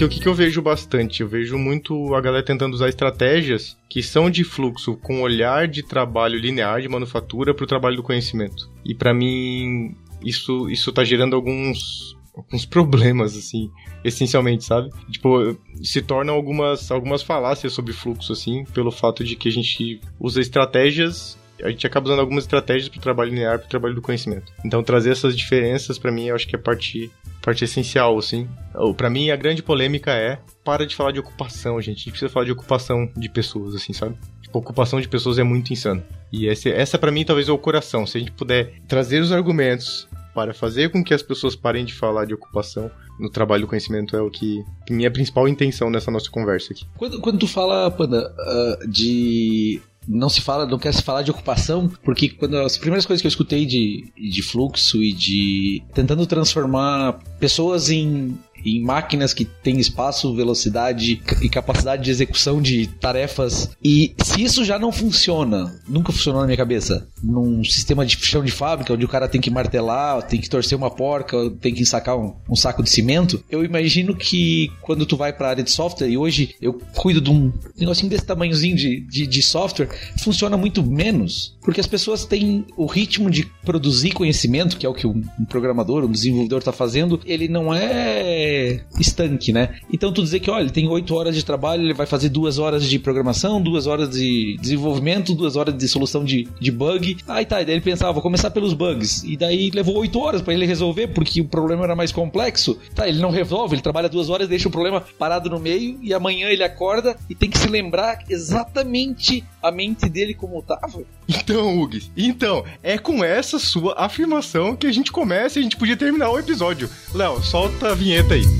Porque o que eu vejo bastante? Eu vejo muito a galera tentando usar estratégias que são de fluxo com olhar de trabalho linear de manufatura para o trabalho do conhecimento. E para mim, isso tá gerando alguns problemas, assim, essencialmente, sabe? Tipo, se tornam algumas falácias sobre fluxo, assim, pelo fato de que a gente usa estratégias, a gente acaba usando algumas estratégias para o trabalho linear, para o trabalho do conhecimento. Então, trazer essas diferenças, para mim, eu acho que é parte essencial, assim. Pra mim, a grande polêmica é, para de falar de ocupação, gente. A gente precisa falar de ocupação de pessoas, assim, sabe? Tipo, ocupação de pessoas é muito insano. E essa pra mim, talvez, é o coração. Se a gente puder trazer os argumentos para fazer com que as pessoas parem de falar de ocupação no trabalho do conhecimento, é o que minha principal intenção nessa nossa conversa aqui. Quando tu fala, Panda, não quer se falar de ocupação, porque quando as primeiras coisas que eu escutei de fluxo e de tentando transformar pessoas em máquinas que têm espaço, velocidade e capacidade de execução de tarefas. E se isso já não funciona, nunca funcionou na minha cabeça, num sistema de chão de fábrica, onde o cara tem que martelar, tem que torcer uma porca, tem que ensacar um saco de cimento, eu imagino que quando tu vai para a área de software, e hoje eu cuido de um negocinho desse tamanhozinho de software, funciona muito menos, porque as pessoas têm o ritmo de produzir conhecimento, que é o que um programador, um desenvolvedor está fazendo, ele não é estanque, né? Então tu dizer que, olha, ele tem 8 horas de trabalho, ele vai fazer 2 horas de programação, 2 horas de desenvolvimento, 2 horas de solução de bug. Aí tá, e daí ele pensava, vou começar pelos bugs. E daí levou 8 horas pra ele resolver, porque o problema era mais complexo. Tá, ele não resolve, ele trabalha 2 horas, deixa o problema parado no meio, e amanhã ele acorda e tem que se lembrar exatamente a mente dele como tava. Então, Hugues, é com essa sua afirmação que a gente começa e a gente podia terminar o episódio. Léo, solta a vinheta aí.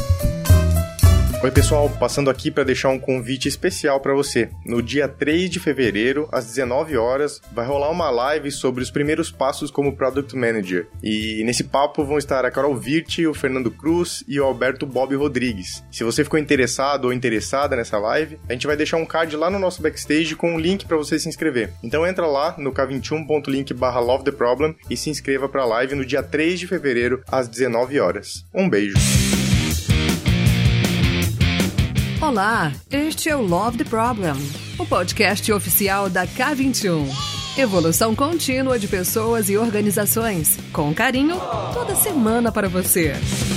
Oi pessoal, passando aqui para deixar um convite especial para você. No dia 3 de fevereiro, às 19 horas, vai rolar uma live sobre os primeiros passos como Product Manager. E nesse papo vão estar a Carol Virti, o Fernando Cruz e o Alberto Bob Rodrigues. Se você ficou interessado ou interessada nessa live, a gente vai deixar um card lá no nosso backstage com um link para você se inscrever. Então entra lá no k21.link/lovetheproblem e se inscreva para a live no dia 3 de fevereiro, às 19 horas. Um beijo! Olá, este é o Love the Problem, o podcast oficial da K21. Evolução contínua de pessoas e organizações, com carinho, toda semana para você.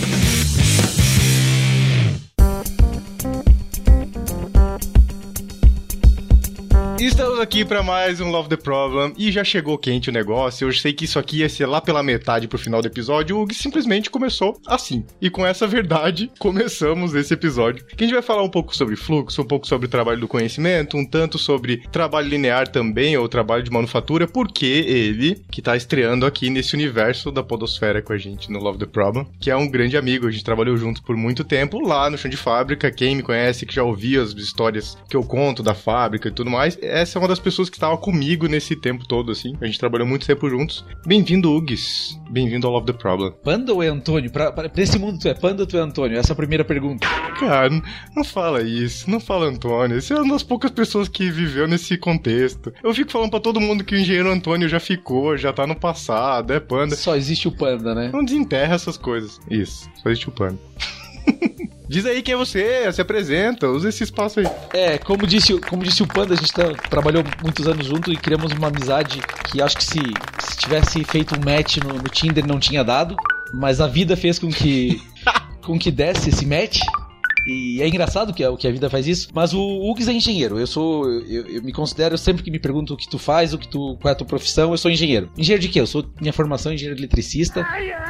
Estamos aqui para mais um Love the Problem e já chegou quente o negócio. Eu sei que isso aqui ia ser lá pela metade pro final do episódio. O Hugues simplesmente começou assim. E com essa verdade, começamos esse episódio. Que a gente vai falar um pouco sobre fluxo, um pouco sobre o trabalho do conhecimento, um tanto sobre trabalho linear também, ou trabalho de manufatura, porque ele, que tá estreando aqui nesse universo da podosfera com a gente no Love the Problem, que é um grande amigo. A gente trabalhou juntos por muito tempo lá no chão de fábrica. Quem me conhece, que já ouviu as histórias que eu conto da fábrica e tudo mais, essa é uma das pessoas que estava comigo nesse tempo todo, assim. A gente trabalhou muito tempo juntos. Bem-vindo, Hugues. Bem-vindo ao Love the Problem. Panda ou é Antônio? Pra esse mundo tu é Panda ou tu é Antônio? Essa é a primeira pergunta. Cara, não fala isso. Não fala Antônio. Você é uma das poucas pessoas que viveu nesse contexto. Eu fico falando pra todo mundo que o engenheiro Antônio já ficou, já tá no passado, é Panda. Só existe o Panda, né? Não desenterra essas coisas. Isso, só existe o Panda. Diz aí quem é você, se apresenta, usa esse espaço aí. Como disse o Panda, a gente trabalhou muitos anos junto e criamos uma amizade que acho que se tivesse feito um match no Tinder não tinha dado, mas a vida fez com que desse esse match. E é engraçado que a vida faz isso. Mas o Hugues é engenheiro. Eu me considero, sempre que me perguntam o que tu faz, qual é a tua profissão, eu sou engenheiro. Engenheiro de quê? Minha formação é engenheiro eletricista.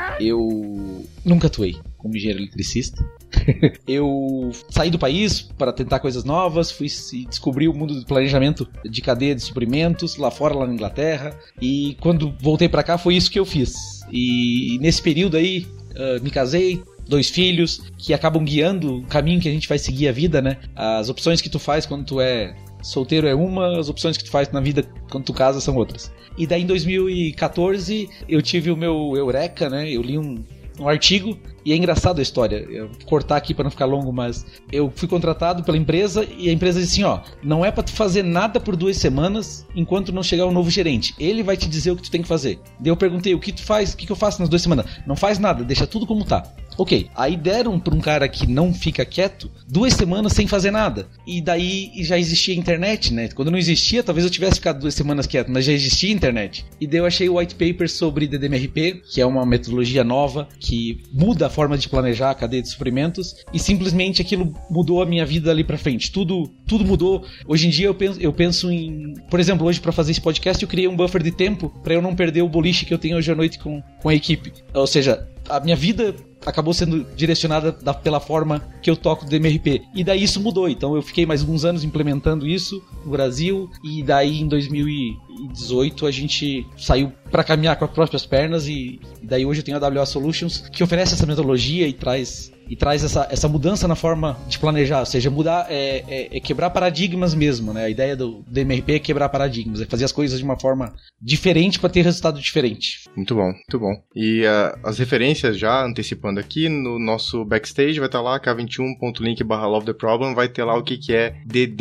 Eu nunca atuei como engenheiro eletricista. Eu saí do país para tentar coisas novas, fui descobrir o mundo do planejamento de cadeia de suprimentos lá fora, lá na Inglaterra. E quando voltei para cá foi isso que eu fiz. E nesse período aí me casei, 2 filhos, que acabam guiando o caminho que a gente vai seguir a vida, né? As opções que tu faz quando tu é solteiro é uma, as opções que tu faz na vida quando tu casa são outras. E daí em 2014 eu tive o meu eureka, né? Eu li um artigo, e é engraçado a história, eu vou cortar aqui para não ficar longo, mas eu fui contratado pela empresa e a empresa disse assim, não é para tu fazer nada por 2 semanas enquanto não chegar um novo gerente, ele vai te dizer o que tu tem que fazer. Daí eu perguntei, o que tu faz, o que eu faço nas 2 semanas? Não faz nada, deixa tudo como tá. Ok, aí deram pra um cara que não fica quieto 2 semanas sem fazer nada. E daí já existia internet, né? Quando não existia, talvez eu tivesse ficado 2 semanas quieto, mas já existia internet. E daí eu achei o white paper sobre DDMRP, que é uma metodologia nova que muda a forma de planejar a cadeia de suprimentos, e simplesmente aquilo mudou a minha vida ali pra frente. Tudo mudou. Hoje em dia eu penso em... Por exemplo, hoje pra fazer esse podcast eu criei um buffer de tempo pra eu não perder o boliche que eu tenho hoje à noite com a equipe. Ou seja, a minha vida acabou sendo direcionada pela forma que eu toco do DMRP. E daí isso mudou. Então eu fiquei mais alguns anos implementando isso no Brasil. E daí em 2018 a gente saiu para caminhar com as próprias pernas. E daí hoje eu tenho a AWS Solutions, que oferece essa metodologia e traz essa mudança na forma de planejar. Ou seja, mudar é quebrar paradigmas mesmo, né? A ideia do DMRP é quebrar paradigmas, é fazer as coisas de uma forma diferente para ter resultado diferente. Muito bom, muito bom. E as referências, já antecipando aqui, no nosso backstage vai estar lá, k21.link/lovetheproblem, vai ter lá o que é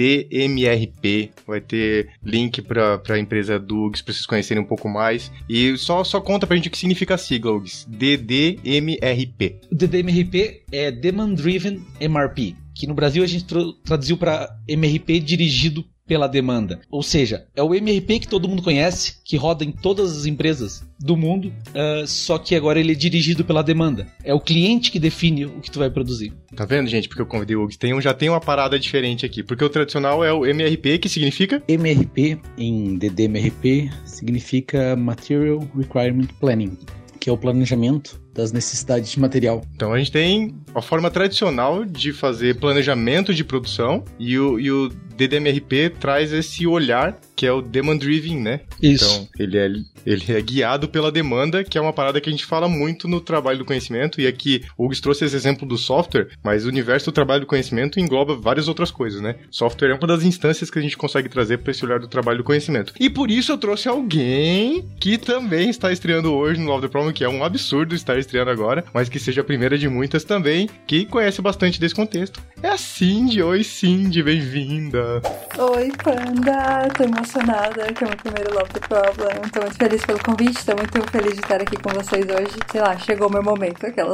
DDMRP, vai ter link para a empresa do Hugues, para vocês conhecerem um pouco mais. E só conta pra gente o que significa a sigla, Hugues. DDMRP. O DDMRP é Demand Driven MRP, que no Brasil a gente traduziu para MRP dirigido pela demanda. Ou seja, é o MRP que todo mundo conhece, que roda em todas as empresas do mundo, só que agora ele é dirigido pela demanda. É o cliente que define o que tu vai produzir. Tá vendo, gente? Porque eu convidei o Hugues. Já tem uma parada diferente aqui. Porque o tradicional é o MRP, que significa? MRP, em DDMRP, significa Material Requirement Planning, que é o planejamento das necessidades de material. Então a gente tem a forma tradicional de fazer planejamento de produção e o DDMRP traz esse olhar que é o Demand Driven, né? Isso. Então ele é guiado pela demanda, que é uma parada que a gente fala muito no trabalho do conhecimento, e aqui o Hugues trouxe esse exemplo do software, mas o universo do trabalho do conhecimento engloba várias outras coisas, né? Software é uma das instâncias que a gente consegue trazer para esse olhar do trabalho do conhecimento. E por isso eu trouxe alguém que também está estreando hoje no Love the Problem, que é um absurdo estar estreando agora, mas que seja a primeira de muitas também, que conhece bastante desse contexto. É a Cindy. Oi, Cindy, bem-vinda. Oi, Panda. Tô emocionada, que é o meu primeiro Love the Problem. Tô muito feliz pelo convite, tô muito feliz de estar aqui com vocês hoje. Sei lá, chegou o meu momento, aquelas...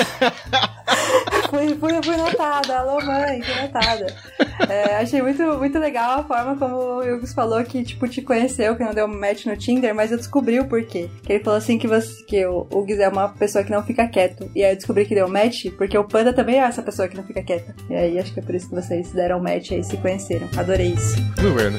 fui notada, alô mãe, fui notada. Achei muito legal a forma como o Hugues falou que, tipo, te conheceu, que não deu um match no Tinder, mas eu descobri o porquê. Que ele falou assim que o Hugues é uma pessoa que não fica quieto. E aí eu descobri que deu um match, porque o Panda também é essa pessoa que não fica quieta. E aí acho que é por isso que vocês deram um match e aí se conheceram. Adorei isso. Tudo bem, né?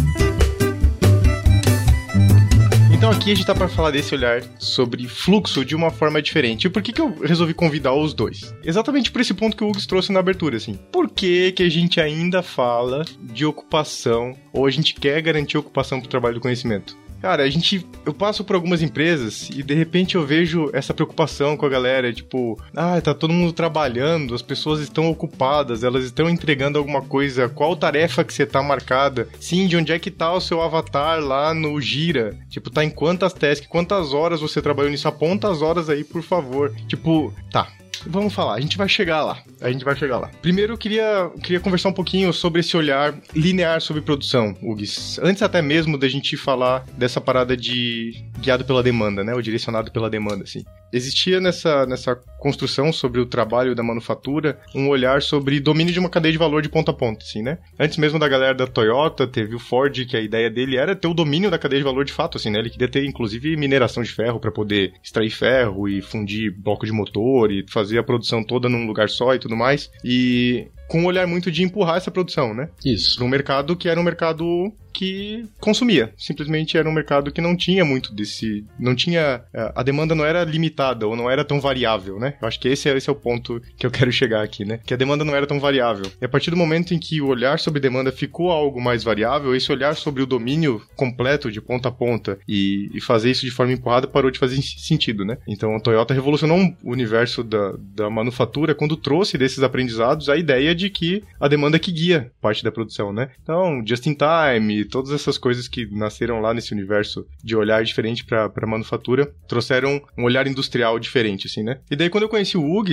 Então aqui a gente tá para falar desse olhar sobre fluxo de uma forma diferente. E por que eu resolvi convidar os dois? Exatamente por esse ponto que o Hugues trouxe na abertura, assim. Por que a gente ainda fala de ocupação, ou a gente quer garantir ocupação pro trabalho do conhecimento? Cara, eu passo por algumas empresas e de repente eu vejo essa preocupação com a galera, tipo, tá todo mundo trabalhando, as pessoas estão ocupadas, elas estão entregando alguma coisa, qual tarefa que você tá marcada? Sim, de onde é que tá o seu avatar lá no Gira? Tipo, tá em quantas tasks, quantas horas você trabalhou nisso? Aponta as horas aí, por favor. Tipo, tá. Vamos falar, a gente vai chegar lá. Primeiro eu queria conversar um pouquinho sobre esse olhar linear sobre produção, Hugues. Antes até mesmo da gente falar dessa parada de guiado pela demanda, né? Ou direcionado pela demanda, assim. Existia nessa construção sobre o trabalho da manufatura um olhar sobre domínio de uma cadeia de valor de ponta a ponta, assim, né? Antes mesmo da galera da Toyota, teve o Ford, que a ideia dele era ter o domínio da cadeia de valor de fato, assim, né? Ele queria ter, inclusive, mineração de ferro para poder extrair ferro e fundir bloco de motor e fazer a produção toda num lugar só e tudo mais. E com um olhar muito de empurrar essa produção, né? Isso. Num mercado que era um mercado que consumia. Simplesmente era um mercado que não tinha muito desse... Não tinha... A demanda não era limitada ou não era tão variável, né? Eu acho que esse é o ponto que eu quero chegar aqui, né? Que a demanda não era tão variável. E a partir do momento em que o olhar sobre demanda ficou algo mais variável, esse olhar sobre o domínio completo de ponta a ponta e fazer isso de forma empurrada parou de fazer sentido, né? Então a Toyota revolucionou o universo da manufatura quando trouxe desses aprendizados a ideia de que a demanda que guia parte da produção, né? Então, just in time, todas essas coisas que nasceram lá nesse universo de olhar diferente para manufatura, trouxeram um olhar industrial diferente, assim, né? E daí, quando eu conheci o Hugues,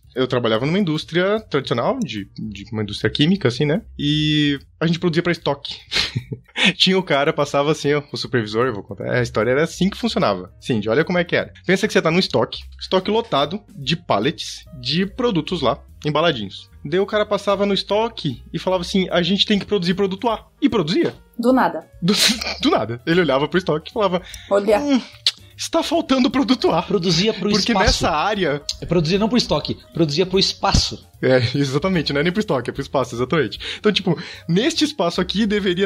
Eu trabalhava numa indústria tradicional, de uma indústria química, assim, né? E a gente produzia pra estoque. Tinha o cara, passava assim, ó, o supervisor, eu vou contar, a história era assim que funcionava. Sim, olha como é que era. Pensa que você tá num estoque lotado de pallets de produtos lá, embaladinhos. Daí o cara passava no estoque e falava assim, a gente tem que produzir produto A. E produzia. Do nada. Do nada. Ele olhava pro estoque e falava... Olha... está faltando produto A. Produzia pro espaço. Porque nessa área... Produzia não pro estoque, produzia pro espaço. Exatamente, não é nem pro estoque, é pro espaço, exatamente. Então, tipo, neste espaço aqui deveria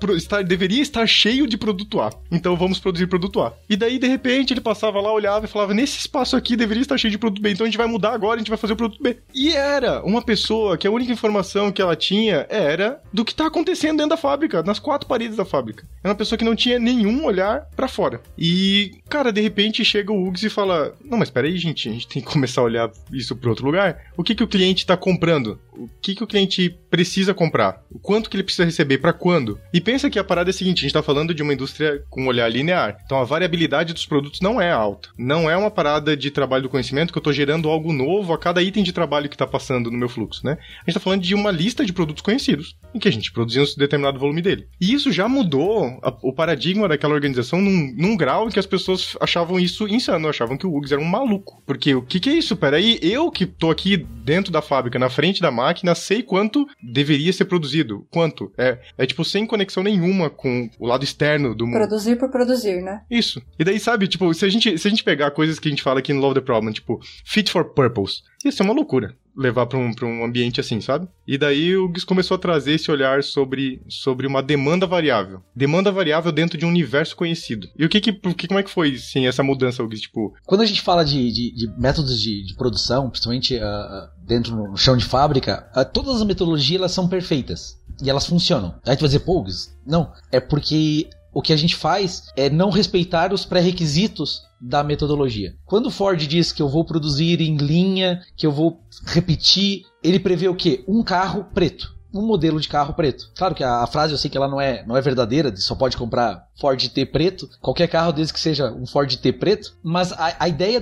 estar cheio de produto A. Então vamos produzir produto A. E daí, de repente, ele passava lá, olhava e falava, nesse espaço aqui deveria estar cheio de produto B, então a gente vai mudar agora, a gente vai fazer o produto B. E era uma pessoa que a única informação que ela tinha era do que tá acontecendo dentro da fábrica, nas 4 paredes da fábrica. Era uma pessoa que não tinha nenhum olhar pra fora. E, cara, de repente chega o Hugues e fala, não, mas peraí, gente, a gente tem que começar a olhar isso pro outro lugar. O que o cliente está comprando? O que o cliente precisa comprar? O quanto que ele precisa receber? Para quando? E pensa que a parada é a seguinte, a gente está falando de uma indústria com um olhar linear. Então a variabilidade dos produtos não é alta. Não é uma parada de trabalho do conhecimento que eu estou gerando algo novo a cada item de trabalho que está passando no meu fluxo, né? A gente está falando de uma lista de produtos conhecidos em que a gente produzia um determinado volume dele. E isso já mudou o paradigma daquela organização num grau em que as pessoas achavam isso insano, achavam que o Hugues era um maluco. Porque o que é isso? Peraí, eu que tô aqui dentro da fábrica, na frente da máquina, sei quanto deveria ser produzido. Quanto? É tipo, sem conexão nenhuma com o lado externo do mundo. Produzir por produzir, né? Isso. E daí, sabe, tipo, se a gente pegar coisas que a gente fala aqui no Love the Problem, tipo, fit for purpose, isso é uma loucura. Levar pra um ambiente assim, sabe? E daí o Hugues começou a trazer esse olhar sobre uma demanda variável. Demanda variável dentro de um universo conhecido. E como é que foi, sim, essa mudança, Hugues? Tipo... Quando a gente fala de métodos de produção, principalmente dentro no chão de fábrica, todas as metodologias elas são perfeitas. E elas funcionam. Aí tu vai dizer, pô, Hugues, não. É porque... o que a gente faz é não respeitar os pré-requisitos da metodologia. Quando o Ford diz que eu vou produzir em linha, que eu vou repetir, ele prevê o quê? Um carro preto. Um modelo de carro preto. Claro que a frase eu sei que ela não é verdadeira, só pode comprar Ford T preto, qualquer carro desde que seja um Ford T preto, mas a ideia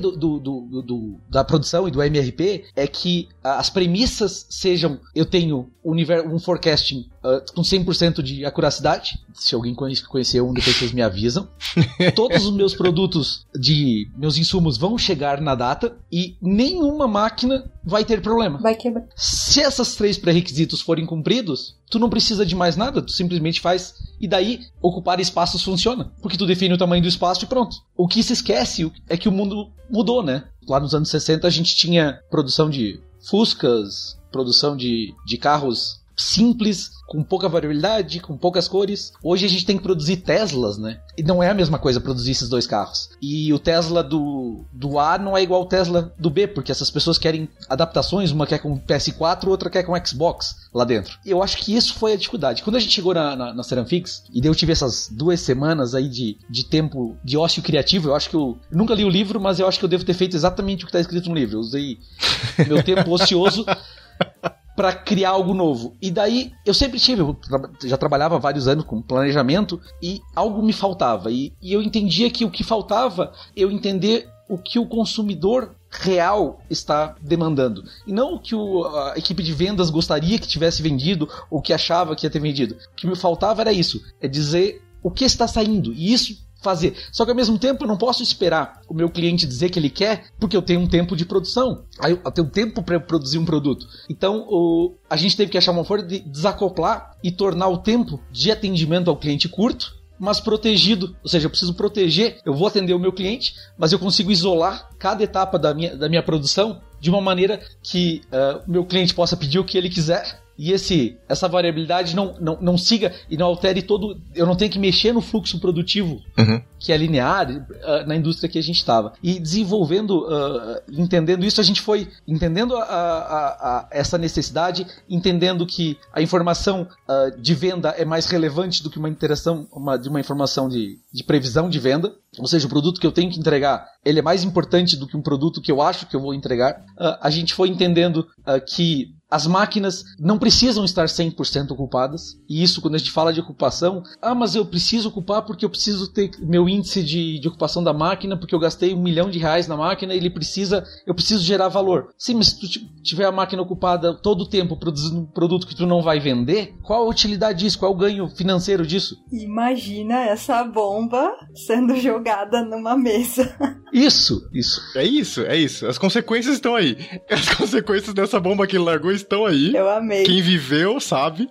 da produção e do MRP é que as premissas sejam, eu tenho um forecasting com 100% de acuracidade, se alguém conhecer um, depois vocês me avisam. Todos os meus produtos, meus insumos vão chegar na data e nenhuma máquina vai ter problema. Vai quebrar. Se esses 3 pré-requisitos forem cumpridos, tu não precisa de mais nada, tu simplesmente faz, e daí ocupar espaços funciona, porque tu define o tamanho do espaço e pronto. O que se esquece é que o mundo mudou, né? Lá nos anos 60 a gente tinha produção de Fuscas, produção de carros simples, com pouca variabilidade, com poucas cores. Hoje a gente tem que produzir Teslas, né? E não é a mesma coisa produzir esses 2 carros. E o Tesla do A não é igual ao Tesla do B, porque essas pessoas querem adaptações, uma quer com PS4, outra quer com Xbox lá dentro. E eu acho que isso foi a dificuldade. Quando a gente chegou na Ceramfix, e daí eu tive essas 2 semanas aí de tempo de ócio criativo, eu acho que eu nunca li o livro, mas eu acho que eu devo ter feito exatamente o que está escrito no livro. Eu usei meu tempo ocioso para criar algo novo. E daí, eu sempre eu já trabalhava há vários anos com planejamento e algo me faltava. E eu entendia que o que faltava, eu entender o que o consumidor real está demandando. E não o que a equipe de vendas gostaria que tivesse vendido ou que achava que ia ter vendido. O que me faltava era isso, é dizer o que está saindo. E isso fazer. Só que ao mesmo tempo eu não posso esperar o meu cliente dizer que ele quer, porque eu tenho um tempo de produção. Aí eu tenho tempo para produzir um produto. Então a gente teve que achar uma forma de desacoplar e tornar o tempo de atendimento ao cliente curto, mas protegido. Ou seja, eu preciso proteger, eu vou atender o meu cliente, mas eu consigo isolar cada etapa da minha produção de uma maneira que o meu cliente possa pedir o que ele quiser. E essa variabilidade não siga e não altere todo... Eu não tenho que mexer no fluxo produtivo, que é linear na indústria que a gente estava. E desenvolvendo, entendendo isso, a gente foi entendendo essa necessidade, entendendo que a informação de venda é mais relevante do que uma interação de uma informação de previsão de venda. Ou seja, o produto que eu tenho que entregar, ele é mais importante do que um produto que eu acho que eu vou entregar. A gente foi entendendo que as máquinas não precisam estar 100% ocupadas, e isso quando a gente fala de ocupação, mas eu preciso ocupar porque eu preciso ter meu índice de ocupação da máquina, porque eu gastei R$1 milhão na máquina, eu preciso gerar valor. Sim, mas se tu tiver a máquina ocupada todo o tempo produzindo um produto que tu não vai vender, qual a utilidade disso? Qual é o ganho financeiro disso? Imagina essa bomba sendo jogada numa mesa. Isso. É isso. As consequências estão aí. As consequências dessa bomba que ele largou estão aí. Eu amei. Quem viveu sabe.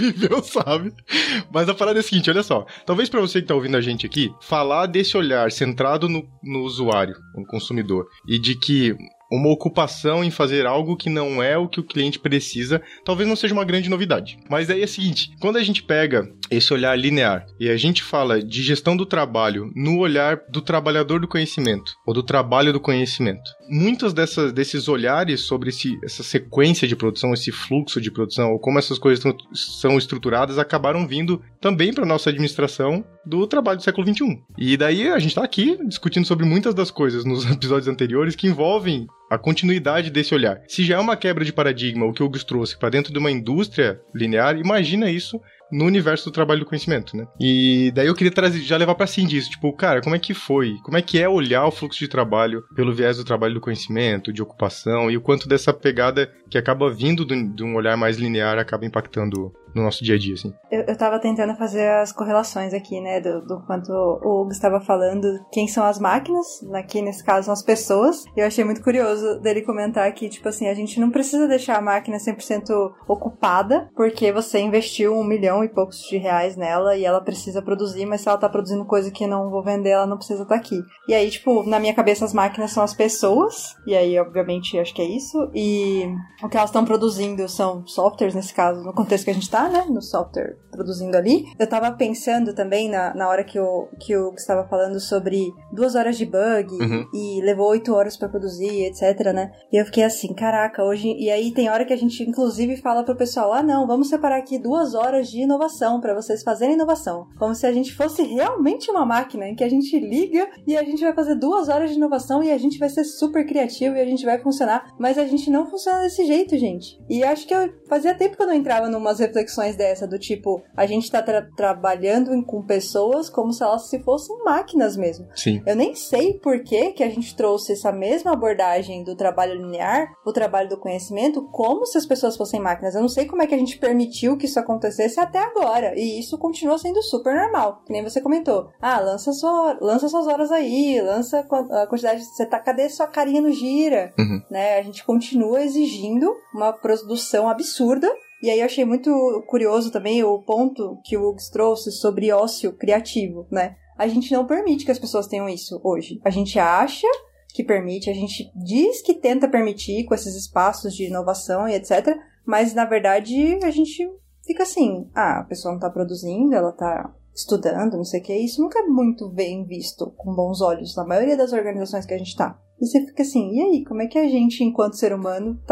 Mas a parada é a seguinte, olha só. Talvez pra você que tá ouvindo a gente aqui, falar desse olhar centrado no usuário, no consumidor, e de que uma ocupação em fazer algo que não é o que o cliente precisa, talvez não seja uma grande novidade. Mas aí é o seguinte, quando a gente pega esse olhar linear e a gente fala de gestão do trabalho no olhar do trabalhador do conhecimento, ou do trabalho do conhecimento, muitos desses olhares sobre essa sequência de produção, esse fluxo de produção, ou como essas coisas são estruturadas, acabaram vindo também para a nossa administração do trabalho do século XXI. E daí a gente está aqui discutindo sobre muitas das coisas nos episódios anteriores que envolvem a continuidade desse olhar. Se já é uma quebra de paradigma o que o Hugo trouxe para dentro de uma indústria linear, imagina isso no universo do trabalho do conhecimento, né? E daí eu queria já levar pra Cindy isso, tipo, cara, como é que foi? Como é que é olhar o fluxo de trabalho pelo viés do trabalho do conhecimento, de ocupação, e o quanto dessa pegada que acaba vindo de um olhar mais linear acaba impactando no nosso dia a dia, assim. Eu tava tentando fazer as correlações aqui, né, do quanto o Hugo estava falando, quem são as máquinas, aqui nesse caso são as pessoas. Eu achei muito curioso dele comentar que, tipo assim, a gente não precisa deixar a máquina 100% ocupada, porque você investiu R$1 milhão e poucos de reais nela e ela precisa produzir, mas se ela tá produzindo coisa que não vou vender, ela não precisa estar aqui. E aí, tipo, na minha cabeça as máquinas são as pessoas, e aí, obviamente, acho que é isso, e o que elas estão produzindo são softwares, nesse caso, no contexto que a gente tá, né, no software produzindo ali. Eu tava pensando também na hora que o estava falando sobre 2 horas de bug e levou 8 horas pra produzir, etc, né? E eu fiquei assim, caraca, hoje... E aí tem hora que a gente, inclusive, fala pro pessoal, não, vamos separar aqui 2 horas de inovação pra vocês fazerem inovação. Como se a gente fosse realmente uma máquina em que a gente liga e a gente vai fazer 2 horas de inovação e a gente vai ser super criativo e a gente vai funcionar. Mas a gente não funciona desse jeito, gente. E acho que fazia tempo que eu não entrava numas reflexões dessa, do tipo, a gente tá trabalhando com pessoas como se elas fossem máquinas mesmo. Sim. Eu nem sei por que a gente trouxe essa mesma abordagem do trabalho linear, o trabalho do conhecimento, como se as pessoas fossem máquinas. Eu não sei como é que a gente permitiu que isso acontecesse até agora. E isso continua sendo super normal. Que nem você comentou. Lança suas horas aí, lança a quantidade... Cadê sua carinha no gira? Né? A gente continua exigindo uma produção absurda. E aí eu achei muito curioso também o ponto que o Hugo trouxe sobre ócio criativo, né? A gente não permite que as pessoas tenham isso hoje. A gente acha que permite, a gente diz que tenta permitir com esses espaços de inovação e etc. Mas, na verdade, a gente fica assim, a pessoa não tá produzindo, ela tá estudando, não sei o que. Isso nunca é muito bem visto com bons olhos na maioria das organizações que a gente tá. E você fica assim, e aí, como é que a gente, enquanto ser humano,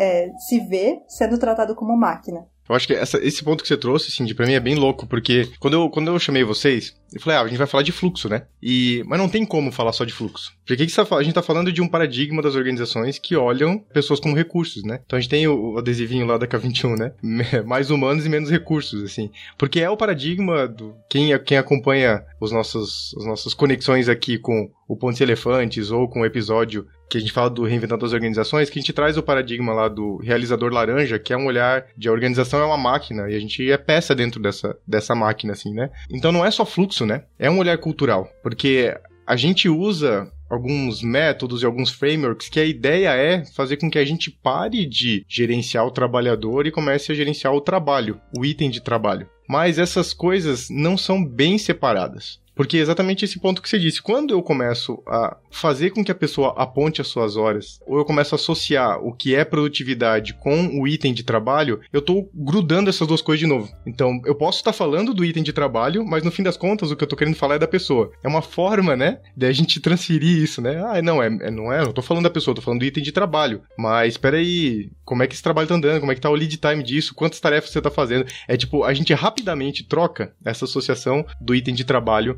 se vê sendo tratado como máquina? Eu acho que esse ponto que você trouxe, Cindy, pra mim é bem louco, porque quando eu chamei vocês, eu falei, a gente vai falar de fluxo, né? Mas não tem como falar só de fluxo. Porque a gente tá falando de um paradigma das organizações que olham pessoas como recursos, né? Então a gente tem o adesivinho lá da K21, né? Mais humanos e menos recursos, assim. Porque é o paradigma do... Quem acompanha as nossas conexões aqui com o Pontos e Elefantes ou com o episódio que a gente fala do Reinventando as Organizações, que a gente traz o paradigma lá do realizador laranja, que é um olhar de a organização é uma máquina, e a gente é peça dentro dessa máquina, assim, né? Então não é só fluxo, né? É um olhar cultural, porque a gente usa alguns métodos e alguns frameworks que a ideia é fazer com que a gente pare de gerenciar o trabalhador e comece a gerenciar o trabalho, o item de trabalho. Mas essas coisas não são bem separadas. Porque é exatamente esse ponto que você disse. Quando eu começo a fazer com que a pessoa aponte as suas horas, ou eu começo a associar o que é produtividade com o item de trabalho, eu estou grudando essas duas coisas de novo. Então, eu posso estar falando do item de trabalho, mas no fim das contas, o que eu estou querendo falar é da pessoa. É uma forma, né, de a gente transferir isso, né? Não é, eu estou falando da pessoa, estou falando do item de trabalho. Mas, espera aí, como é que esse trabalho está andando? Como é que está o lead time disso? Quantas tarefas você está fazendo? É tipo, a gente rapidamente troca essa associação do item de trabalho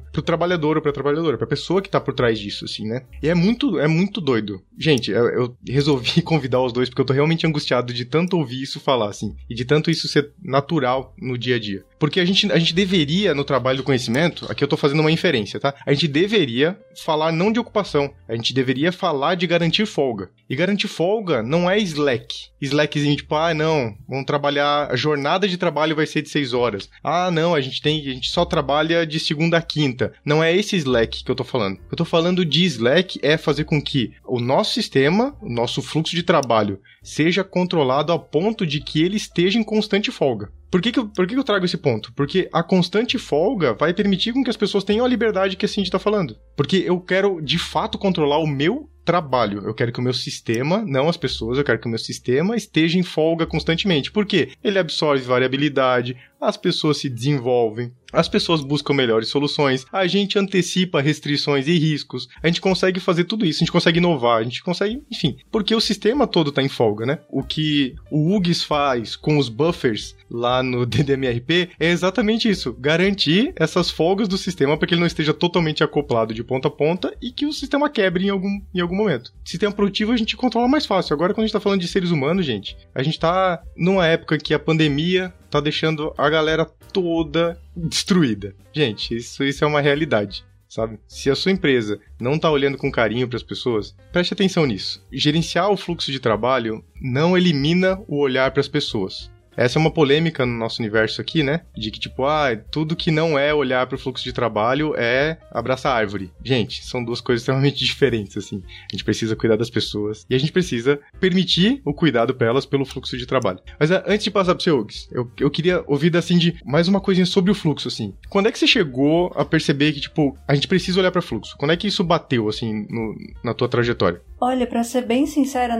pro trabalhador ou pra trabalhadora, pra pessoa que tá por trás disso, assim, né? E é muito doido. Gente, eu resolvi convidar os dois porque eu tô realmente angustiado de tanto ouvir isso falar, assim, e de tanto isso ser natural no dia a dia. Porque a gente deveria, no trabalho do conhecimento, aqui eu tô fazendo uma inferência, tá? A gente deveria falar não de ocupação, a gente deveria falar de garantir folga. E garantir folga não é Slack. Slackzinho, tipo, não, vamos trabalhar, a jornada de trabalho vai ser de 6 horas. Não, a gente só trabalha de segunda a quinta. Não é esse Slack que eu tô falando. Eu tô falando de Slack é fazer com que o nosso sistema, o nosso fluxo de trabalho, seja controlado a ponto de que ele esteja em constante folga. Por que eu trago esse ponto? Porque a constante folga vai permitir com que as pessoas tenham a liberdade que a Cindy tá falando. Porque eu quero, de fato, controlar o meu trabalho. Eu quero que o meu sistema, não as pessoas, eu quero que o meu sistema esteja em folga constantemente. Por quê? Ele absorve variabilidade, as pessoas se desenvolvem, as pessoas buscam melhores soluções, a gente antecipa restrições e riscos, a gente consegue fazer tudo isso, a gente consegue inovar, a gente consegue, enfim, porque o sistema todo tá em folga, né? O que o UGS faz com os buffers lá no DDMRP é exatamente isso, garantir essas folgas do sistema para que ele não esteja totalmente acoplado de ponta a ponta e que o sistema quebre em algum momento. Sistema produtivo a gente controla mais fácil. Agora, quando a gente tá falando de seres humanos, gente, a gente tá numa época que a pandemia tá deixando a galera toda destruída. Gente, isso é uma realidade, sabe? Se a sua empresa não tá olhando com carinho para as pessoas, preste atenção nisso. Gerenciar o fluxo de trabalho não elimina o olhar para as pessoas. Essa é uma polêmica no nosso universo aqui, né? De que, tipo, tudo que não é olhar para o fluxo de trabalho é abraçar a árvore. Gente, são duas coisas extremamente diferentes, assim. A gente precisa cuidar das pessoas e a gente precisa permitir o cuidado para elas pelo fluxo de trabalho. Mas antes de passar pro seu Hugues, eu queria ouvir da Cindy mais uma coisinha sobre o fluxo, assim. Quando é que você chegou a perceber que, tipo, a gente precisa olhar para fluxo? Quando é que isso bateu, assim, na tua trajetória? Olha, pra ser bem sincera,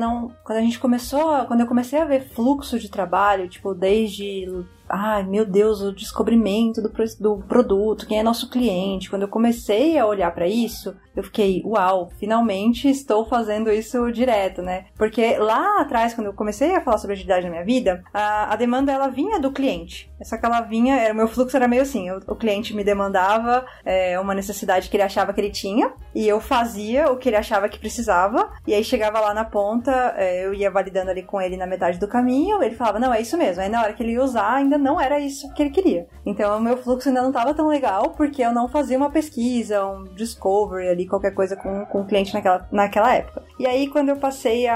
quando eu comecei a ver fluxo de trabalho, tipo, desde meu Deus, o descobrimento do produto, quem é nosso cliente. Quando eu comecei a olhar pra isso, eu fiquei, uau, finalmente estou fazendo isso direto, né? Porque lá atrás, quando eu comecei a falar sobre agilidade na minha vida, a demanda, ela vinha do cliente. Só que ela vinha, o meu fluxo era meio assim, o cliente me demandava uma necessidade que ele achava que ele tinha, e eu fazia o que ele achava que precisava, e aí chegava lá na ponta, eu ia validando ali com ele na metade do caminho, ele falava, não, é isso mesmo. Aí na hora que ele ia usar, ainda não era isso que ele queria. Então o meu fluxo ainda não estava tão legal, porque eu não fazia uma pesquisa, um discovery ali, qualquer coisa com o cliente naquela época. E aí quando eu passei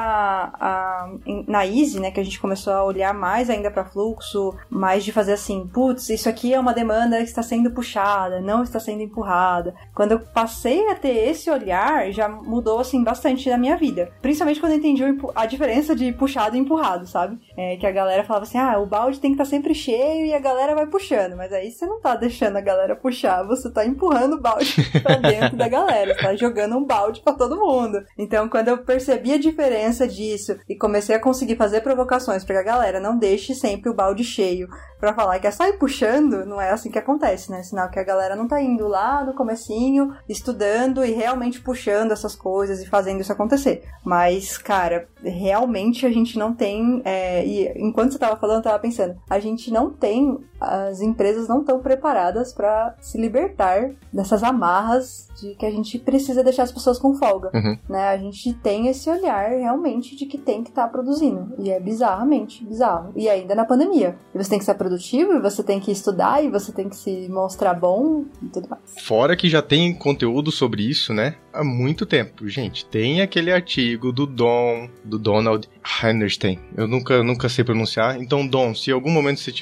na Easy, né, que a gente começou a olhar mais ainda para fluxo, mais de fazer assim, putz, isso aqui é uma demanda que está sendo puxada, não está sendo empurrada. Quando eu passei a ter esse olhar, já mudou assim bastante na minha vida. Principalmente quando eu entendi a diferença de puxado e empurrado, sabe? Que a galera falava assim, o balde tem que estar sempre cheio e a galera vai puxando. Mas aí você não tá deixando a galera puxar, você tá empurrando o balde pra dentro da galera, você tá jogando um balde pra todo mundo. Então, quando eu percebi a diferença disso e comecei a conseguir fazer provocações pra que a galera não deixe sempre o balde cheio pra falar que é só ir puxando, não é assim que acontece, né? Sinal que a galera não tá indo lá no comecinho, estudando e realmente puxando essas coisas e fazendo isso acontecer. Mas, cara, realmente a gente não tem... e enquanto você tava falando, eu tava pensando, a gente não tem... As empresas não estão preparadas pra se libertar dessas amarras de que a gente precisa deixar as pessoas com folga, né? A gente tem esse olhar realmente de que tem que estar produzindo. E é bizarramente bizarro. E ainda na pandemia. E você tem que ser produtivo, e você tem que estudar, e você tem que se mostrar bom e tudo mais. Fora que já tem conteúdo sobre isso, né? Há muito tempo, gente. Tem aquele artigo do Donald Heinerstein. Eu nunca sei pronunciar. Então, Don, se em algum momento você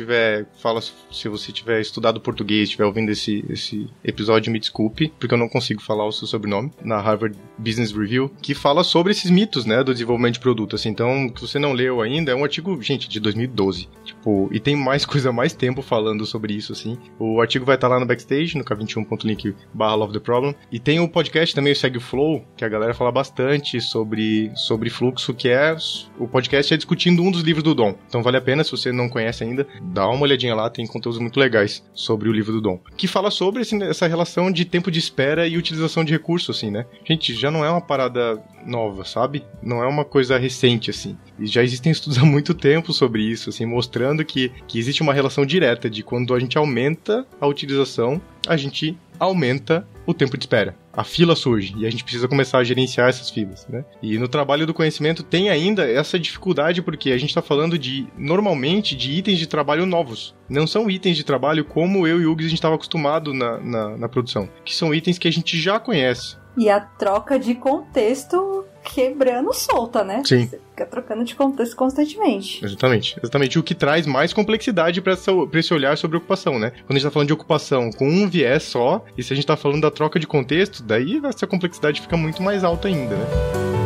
se você tiver estudado português, estiver ouvindo esse episódio, me desculpe, porque eu não consigo falar o seu sobrenome, na Harvard Business Review, que fala sobre esses mitos, né, do desenvolvimento de produto, assim. Então, se você não leu ainda, é um artigo, gente, de 2012. Tipo, e tem mais tempo falando sobre isso, assim. O artigo vai estar lá no Backstage, no k21.link/Love the Problem. E tem o podcast também, o Segue o Flow, que a galera fala bastante sobre fluxo, que o podcast é discutindo um dos livros do Don. Então vale a pena, se você não conhece ainda, dá uma olhadinha lá, tem conteúdos muito legais sobre o livro do Don. Que fala sobre essa relação de tempo de espera e utilização de recursos, assim, né? Gente, já não é uma parada nova, sabe? Não é uma coisa recente, assim. E já existem estudos há muito tempo sobre isso, assim, mostrando que existe uma relação direta de quando a gente aumenta a utilização, a gente aumenta o tempo de espera. A fila surge e a gente precisa começar a gerenciar essas filas, né? E no trabalho do conhecimento tem ainda essa dificuldade porque a gente está falando normalmente, de itens de trabalho novos. Não são itens de trabalho como eu e o Hugues a gente estava acostumado na produção, que são itens que a gente já conhece. E a troca de contexto quebrando solta, né? Sim. Você fica trocando de contexto constantemente. Exatamente. O que traz mais complexidade para esse olhar sobre ocupação, né? Quando a gente tá falando de ocupação com um viés só, e se a gente tá falando da troca de contexto, daí essa complexidade fica muito mais alta ainda, né?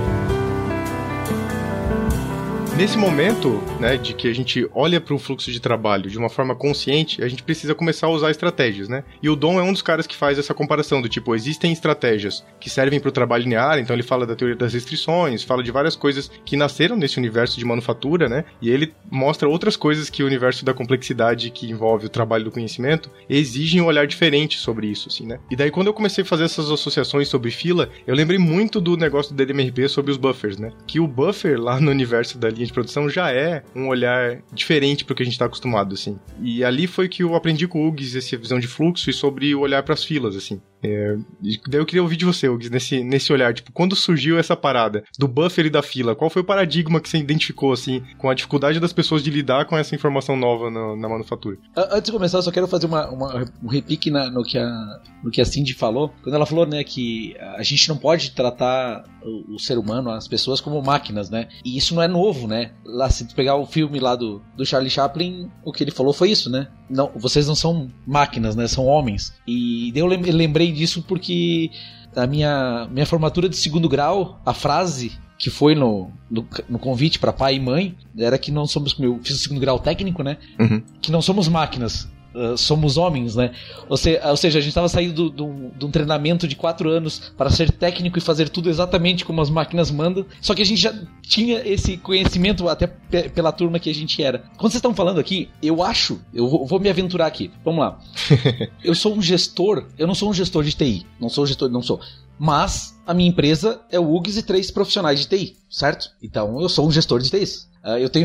Nesse momento, né, de que a gente olha para o fluxo de trabalho de uma forma consciente, a gente precisa começar a usar estratégias, né? E o Dom é um dos caras que faz essa comparação do tipo, existem estratégias que servem para o trabalho linear, então ele fala da teoria das restrições, fala de várias coisas que nasceram nesse universo de manufatura, né? E ele mostra outras coisas que o universo da complexidade que envolve o trabalho do conhecimento exigem um olhar diferente sobre isso, assim, né? E daí quando eu comecei a fazer essas associações sobre fila, eu lembrei muito do negócio do DDMRP sobre os buffers, né? Que o buffer lá no universo da linha de produção já é um olhar diferente pro que a gente tá acostumado, assim. E ali foi que eu aprendi com o Hugues essa visão de fluxo e sobre o olhar pras filas, assim. E daí eu queria ouvir de você, Hugues, nesse olhar, tipo, quando surgiu essa parada do buffer e da fila, qual foi o paradigma que você identificou, assim, com a dificuldade das pessoas de lidar com essa informação nova na manufatura? Antes de começar, eu só quero fazer um repique no que a Cindy falou, quando ela falou, né, que a gente não pode tratar o ser humano, as pessoas, como máquinas, né, e isso não é novo, né, lá, se tu pegar o filme lá do Charlie Chaplin, o que ele falou foi isso, né, não, vocês não são máquinas, né, são homens, e daí eu lembrei disso porque na minha formatura de 2º grau, a frase que foi no convite para pai e mãe era que não somos, eu fiz o 2º grau técnico, né, que não somos máquinas, somos homens, né? Ou seja, a gente estava saindo de um treinamento de 4 anos para ser técnico e fazer tudo exatamente como as máquinas mandam, só que a gente já tinha esse conhecimento até pela turma que a gente era. Quando vocês estão falando aqui, eu vou me aventurar aqui, vamos lá. Eu sou um gestor, eu não sou um gestor de TI, não sou. Mas a minha empresa é o Hugues e 3 profissionais de TI, certo? Então eu sou um gestor de TIs. Eu tenho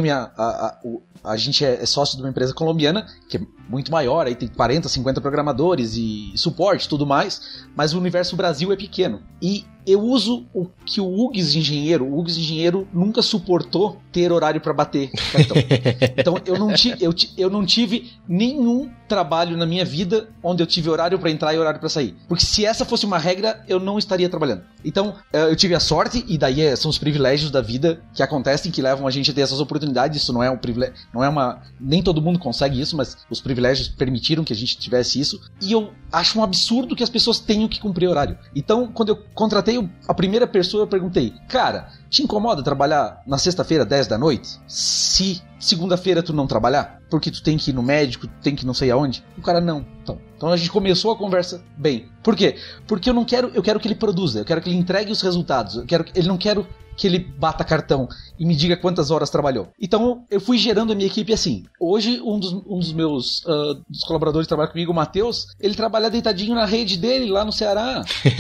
a gente é sócio de uma empresa colombiana, que é muito maior, aí tem 40, 50 programadores e suporte, tudo mais, mas o universo Brasil é pequeno. E eu uso o que o Hugues engenheiro nunca suportou ter horário para bater cartão. Então eu não tive nenhum trabalho na minha vida onde eu tive horário para entrar e horário para sair. Porque se essa fosse uma regra, eu não estaria trabalhando. Então eu tive a sorte, e daí são os privilégios da vida que acontecem, que levam a gente a ter essas oportunidades. Isso não é um privilégio, nem todo mundo consegue isso, mas os privilégios permitiram que a gente tivesse isso. E eu acho um absurdo que as pessoas tenham que cumprir horário. Então, quando eu contratei a primeira pessoa, eu perguntei: cara, te incomoda trabalhar na sexta-feira, 10 da noite? Se segunda-feira tu não trabalhar, porque tu tem que ir no médico, tu tem que ir não sei aonde? O cara, não. Então a gente começou a conversa bem. Por quê? Porque eu quero que ele produza, eu quero que ele entregue os resultados, eu não quero que ele bata cartão e me diga quantas horas trabalhou. Então eu fui gerando a minha equipe assim. Hoje um dos meus dos colaboradores que trabalha comigo, o Matheus, ele trabalha deitadinho na rede dele lá no Ceará.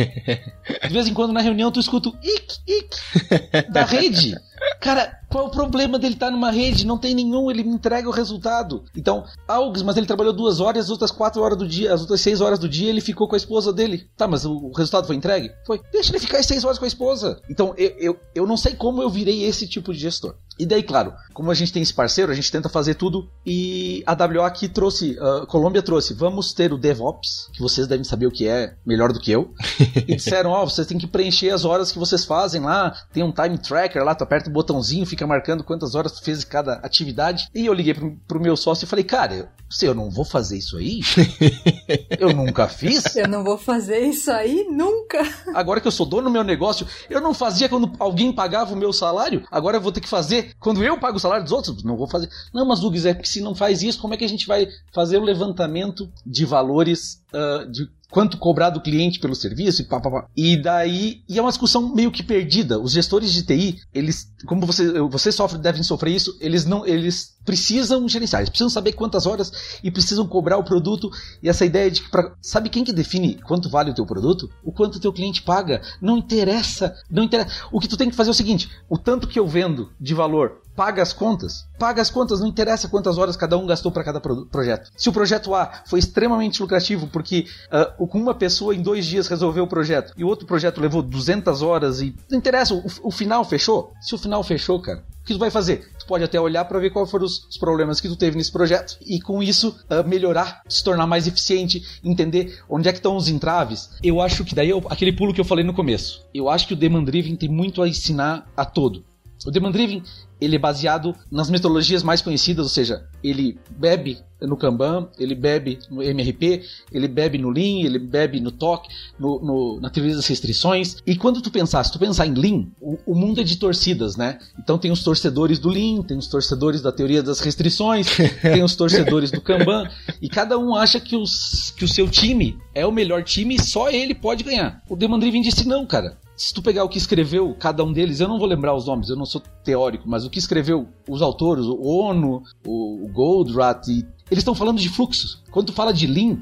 De vez em quando na reunião tu escuta o ic da rede. Cara, qual é o problema dele estar numa rede? Não tem nenhum, ele me entrega o resultado. Então, Hugues, mas ele trabalhou 2 horas, as outras 4 horas do dia, as outras 6 horas do dia ele ficou com a esposa dele. Tá, mas o resultado foi entregue? Foi. Deixa ele ficar as 6 horas com a esposa. Então, eu não sei como eu virei esse tipo de gestor. E daí, claro, como a gente tem esse parceiro, a gente tenta fazer tudo, e a WA aqui trouxe, a Colômbia trouxe, vamos ter o DevOps, que vocês devem saber o que é melhor do que eu, e disseram, vocês têm que preencher as horas que vocês fazem lá, tem um time tracker lá, tu aperta o botãozinho, fica marcando quantas horas tu fez cada atividade. E eu liguei pro meu sócio e falei, cara, eu não vou fazer isso aí? Eu nunca fiz? Eu não vou fazer isso aí nunca. Agora que eu sou dono do meu negócio, eu não fazia quando alguém pagava o meu salário, agora eu vou ter que fazer quando eu pago o salário dos outros. Não vou fazer. Não, mas Hugues, é porque se não faz isso, como é que a gente vai fazer o levantamento de valores de quanto cobrar do cliente pelo serviço e pá. E daí, é uma discussão meio que perdida. Os gestores de TI, eles, como você devem sofrer isso, eles precisam gerenciar, eles precisam saber quantas horas e precisam cobrar o produto. E essa ideia de que, sabe quem que define quanto vale o teu produto? O quanto o teu cliente paga. Não interessa. O que tu tem que fazer é o seguinte: o tanto que eu vendo de valor paga as contas, não interessa quantas horas cada um gastou para cada projeto. Se o projeto A foi extremamente lucrativo porque com uma pessoa em 2 dias resolveu o projeto e o outro projeto levou 200 horas e não interessa, o final fechou? Se o final fechou, cara, o que tu vai fazer? Tu pode até olhar para ver quais foram os problemas que tu teve nesse projeto e com isso melhorar, se tornar mais eficiente, entender onde é que estão os entraves. Eu acho que daí aquele pulo que eu falei no começo. Eu acho que o Demand Driven tem muito a ensinar a todo. O Demand Driven, ele é baseado nas metodologias mais conhecidas, ou seja, ele bebe no Kanban, ele bebe no MRP, ele bebe no Lean, ele bebe no TOC, na teoria das restrições. E quando se tu pensar em Lean, o mundo é de torcidas, né? Então tem os torcedores do Lean, tem os torcedores da teoria das restrições, tem os torcedores do Kanban, e cada um acha que o seu time é o melhor time e só ele pode ganhar. O Demand Driven disse, não, cara. Se tu pegar o que escreveu cada um deles, eu não vou lembrar os nomes, eu não sou teórico, mas o que escreveu os autores, o Ono, o Goldratt, eles estão falando de fluxos. Quando tu fala de Lean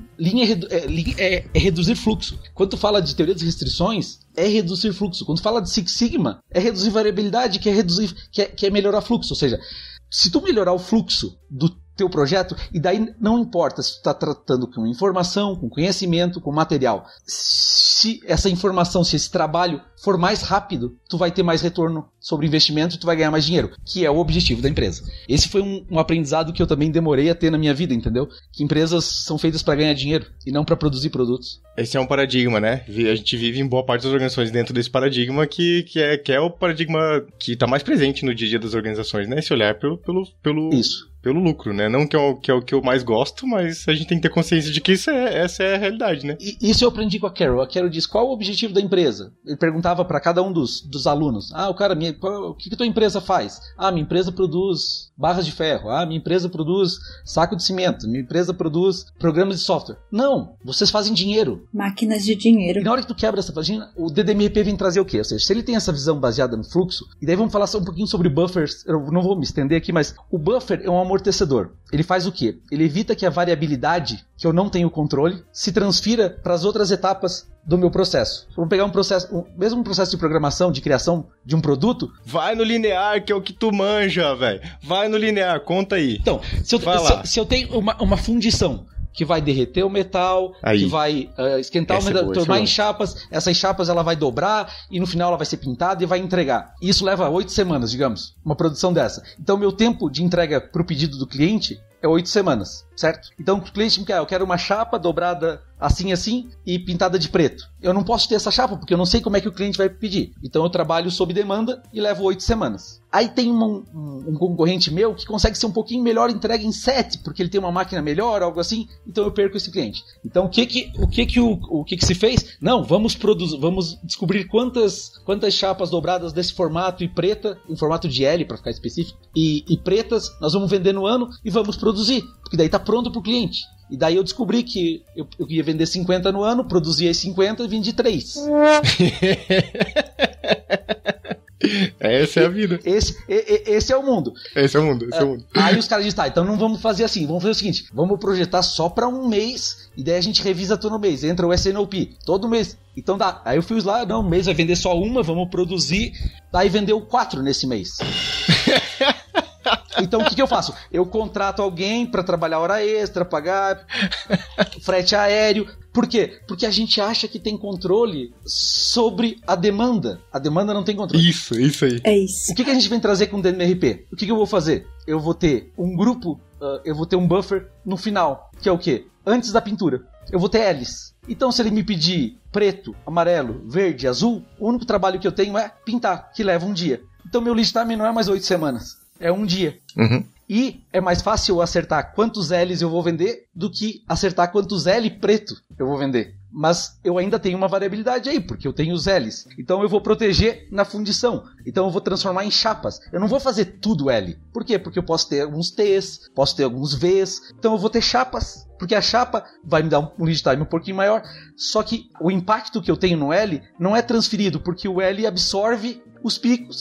é reduzir fluxo. Quando tu fala de teoria das restrições, é reduzir fluxo. Quando tu fala de Six Sigma, é reduzir variabilidade, que é melhorar fluxo. Ou seja, se tu melhorar o fluxo do teu projeto, e daí não importa se tu está tratando com informação, com conhecimento, com material. Se essa informação, se esse trabalho for mais rápido, tu vai ter mais retorno sobre investimento e tu vai ganhar mais dinheiro, que é o objetivo da empresa. Esse foi um aprendizado que eu também demorei a ter na minha vida, entendeu? Que empresas são feitas para ganhar dinheiro e não para produzir produtos. Esse é um paradigma, né? A gente vive em boa parte das organizações dentro desse paradigma que é o paradigma que está mais presente no dia a dia das organizações, né? Esse olhar Isso. Pelo lucro, né? Não que é o que eu mais gosto, mas a gente tem que ter consciência de que essa é a realidade, né? Isso eu aprendi com a Carol. A Carol diz, qual o objetivo da empresa? Ele perguntava para cada um dos alunos. O que tua empresa faz? Minha empresa produz barras de ferro. Minha empresa produz saco de cimento. Minha empresa produz programas de software. Não, vocês fazem dinheiro. Máquinas de dinheiro. E na hora que tu quebra essa página, o DDMRP vem trazer o quê? Ou seja, se ele tem essa visão baseada no fluxo, e daí vamos falar só um pouquinho sobre buffers, eu não vou me estender aqui, mas o buffer é um amortecedor. Ele faz o quê? Ele evita que a variabilidade, que eu não tenho controle, se transfira para as outras etapas do meu processo. Vamos pegar mesmo um processo de programação, de criação de um produto. Vai no linear, que é o que tu manja, velho. Vai no linear, conta aí. Então, se eu tenho uma fundição que vai derreter o metal, que vai esquentar o metal, tornar em chapas, essas chapas ela vai dobrar e no final ela vai ser pintada e vai entregar. E isso leva 8 semanas, digamos, uma produção dessa. Então, meu tempo de entrega para o pedido do cliente é 8 semanas, certo? Então, o cliente me quer, eu quero uma chapa dobrada assim e pintada de preto. Eu não posso ter essa chapa porque eu não sei como é que o cliente vai pedir. Então, eu trabalho sob demanda e levo 8 semanas. Aí tem um concorrente meu que consegue ser um pouquinho melhor, entrega em 7, porque ele tem uma máquina melhor, algo assim, então eu perco esse cliente. Então, o que se fez? Não, vamos descobrir quantas chapas dobradas desse formato e preta, em formato de L, para ficar específico, e pretas, nós vamos vender no ano e vamos produzir, porque daí está pronto para o cliente. E daí eu descobri que eu ia vender 50 no ano, produzia as 50 e vendi 3. Essa é a vida. Esse é o mundo. Esse é o mundo. Aí os caras dizem, então não vamos fazer assim, vamos fazer o seguinte, vamos projetar só para um mês, e daí a gente revisa todo mês, entra o SNOP, todo mês. Então dá. Aí eu fui lá, um mês vai vender só uma, vamos produzir, daí vendeu 4 nesse mês. Então o que eu faço? Eu contrato alguém para trabalhar hora extra, pagar frete aéreo. Por quê? Porque a gente acha que tem controle sobre a demanda. A demanda não tem controle. Isso aí. É isso. O que a gente vem trazer com o DMRP? O que eu vou fazer? Eu vou ter um grupo, eu vou ter um buffer no final, que é o quê? Antes da pintura. Eu vou ter L's. Então se ele me pedir preto, amarelo, verde, azul, o único trabalho que eu tenho é pintar, que leva um dia. Então meu lead time não é mais 8 semanas. É um dia. Uhum. E é mais fácil acertar quantos L's eu vou vender do que acertar quantos L preto eu vou vender. Mas eu ainda tenho uma variabilidade aí, porque eu tenho os L's. Então eu vou proteger na fundição. Então eu vou transformar em chapas. Eu não vou fazer tudo L. Por quê? Porque eu posso ter alguns T's, posso ter alguns V's. Então eu vou ter chapas. Porque a chapa vai me dar um lead time um pouquinho maior. Só que o impacto que eu tenho no L não é transferido, porque o L absorve os picos.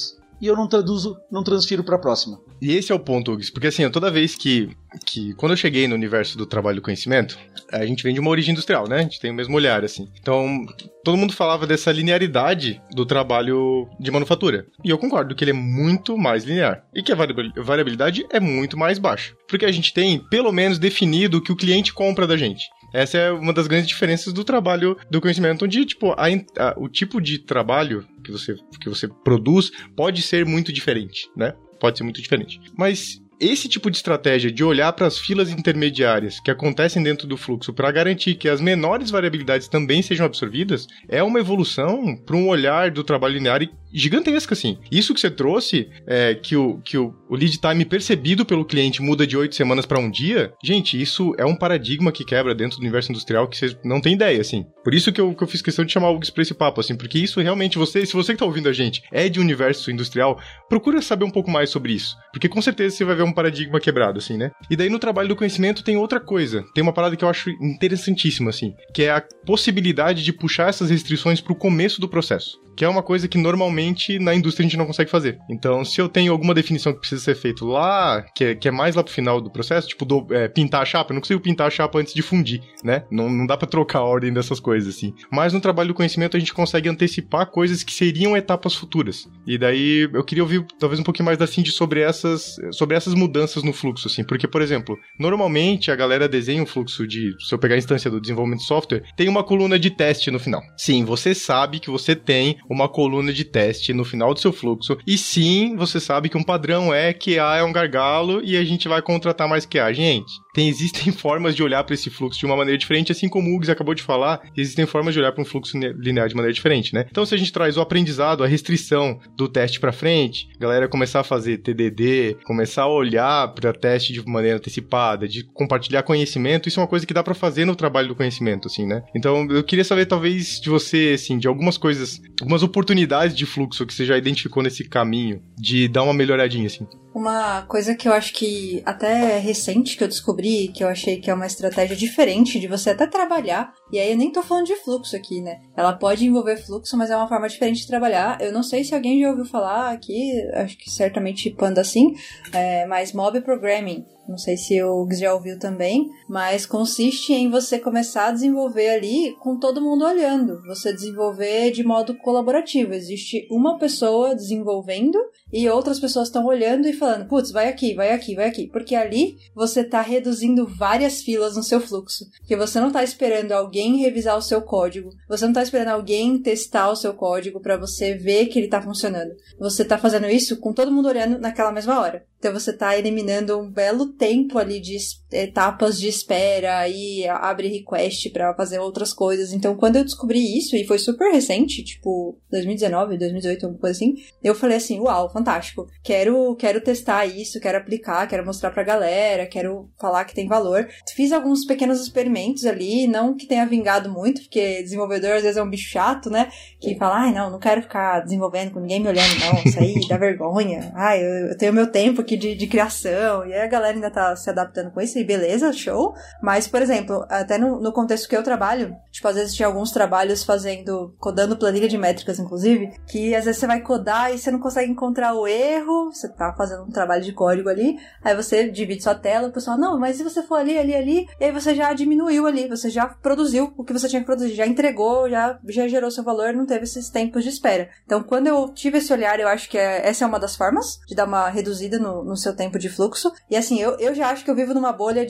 e eu não transfiro para a próxima. E esse é o ponto, Hugues, porque assim, toda vez que quando eu cheguei no universo do trabalho do conhecimento, a gente vem de uma origem industrial, né? A gente tem o mesmo olhar, assim. Então, todo mundo falava dessa linearidade do trabalho de manufatura. E eu concordo que ele é muito mais linear. E que a variabilidade é muito mais baixa. Porque a gente tem, pelo menos, definido o que o cliente compra da gente. Essa é uma das grandes diferenças do trabalho do conhecimento, onde tipo, o tipo de trabalho que você produz pode ser muito diferente, né? Pode ser muito diferente. Mas esse tipo de estratégia de olhar para as filas intermediárias que acontecem dentro do fluxo para garantir que as menores variabilidades também sejam absorvidas é uma evolução para um olhar do trabalho linear gigantesca, assim. Isso que você trouxe, que o lead time percebido pelo cliente muda de 8 semanas para um dia, gente, isso é um paradigma que quebra dentro do universo industrial que vocês não têm ideia, assim. Por isso que eu fiz questão de chamar o Hugues para esse papo, assim, porque isso realmente, se você que tá ouvindo a gente é de universo industrial, procura saber um pouco mais sobre isso, porque com certeza você vai ver um paradigma quebrado, assim, né? E daí no trabalho do conhecimento tem outra coisa, tem uma parada que eu acho interessantíssima, assim, que é a possibilidade de puxar essas restrições pro começo do processo. Que é uma coisa que normalmente na indústria a gente não consegue fazer. Então, se eu tenho alguma definição que precisa ser feito lá, que é mais lá pro final do processo, tipo pintar a chapa, eu não consigo pintar a chapa antes de fundir, né? Não dá pra trocar a ordem dessas coisas, assim. Mas no trabalho do conhecimento a gente consegue antecipar coisas que seriam etapas futuras. E daí eu queria ouvir talvez um pouquinho mais da Cindy sobre essas mudanças no fluxo, assim. Porque, por exemplo, normalmente a galera desenha um fluxo se eu pegar a instância do desenvolvimento de software, tem uma coluna de teste no final. Sim, você sabe que você tem uma coluna de teste no final do seu fluxo, e sim, você sabe que um padrão é QA é um gargalo e a gente vai contratar mais QA. Gente, existem formas de olhar para esse fluxo de uma maneira diferente, assim como o Hugues acabou de falar, existem formas de olhar para um fluxo linear de maneira diferente, né? Então, se a gente traz o aprendizado, a restrição do teste para frente, a galera começar a fazer TDD, começar a olhar para teste de maneira antecipada, de compartilhar conhecimento, isso é uma coisa que dá para fazer no trabalho do conhecimento, assim, né? Então, eu queria saber, talvez, de você, assim, de algumas coisas, algumas oportunidades de fluxo que você já identificou nesse caminho, de dar uma melhoradinha, assim. Uma coisa que eu acho que até é recente que eu descobri, que eu achei que é uma estratégia diferente de você até trabalhar, e aí eu nem tô falando de fluxo aqui, né? Ela pode envolver fluxo, mas é uma forma diferente de trabalhar. Eu não sei se alguém já ouviu falar aqui, acho que certamente Panda sim, mas Mob Programming. Não sei se o Hugues já ouviu também, mas consiste em você começar a desenvolver ali com todo mundo olhando. Você desenvolver de modo colaborativo. Existe uma pessoa desenvolvendo e outras pessoas estão olhando e falando, putz, vai aqui, vai aqui, vai aqui. Porque ali você tá reduzindo várias filas no seu fluxo. Porque você não tá esperando alguém revisar o seu código. Você não tá esperando alguém testar o seu código para você ver que ele tá funcionando. Você tá fazendo isso com todo mundo olhando naquela mesma hora. Então você tá eliminando um belo tempo ali de etapas de espera e abre request pra fazer outras coisas. Então quando eu descobri isso, e foi super recente, tipo 2019, 2018, alguma coisa assim, eu falei assim, uau, fantástico, quero testar isso, quero aplicar, quero mostrar pra galera, quero falar que tem valor. Fiz alguns pequenos experimentos ali, não que tenha vingado muito, porque desenvolvedor às vezes é um bicho chato, né, que fala, não quero ficar desenvolvendo com ninguém me olhando, não, isso aí dá vergonha, eu tenho meu tempo aqui de criação, e aí a galera ainda tá se adaptando com isso, e beleza, show. Mas, por exemplo, até no contexto que eu trabalho, tipo, às vezes tinha alguns trabalhos codando planilha de métricas, inclusive, que às vezes você vai codar e você não consegue encontrar o erro, você tá fazendo um trabalho de código ali, aí você divide sua tela, o pessoal, não, mas se você for ali, e aí você já diminuiu ali, você já produziu o que você tinha que produzir, já entregou, já gerou seu valor, não teve esses tempos de espera. Então, quando eu tive esse olhar, eu acho que essa é uma das formas de dar uma reduzida no seu tempo de fluxo. E assim, eu já acho que eu vivo numa bolha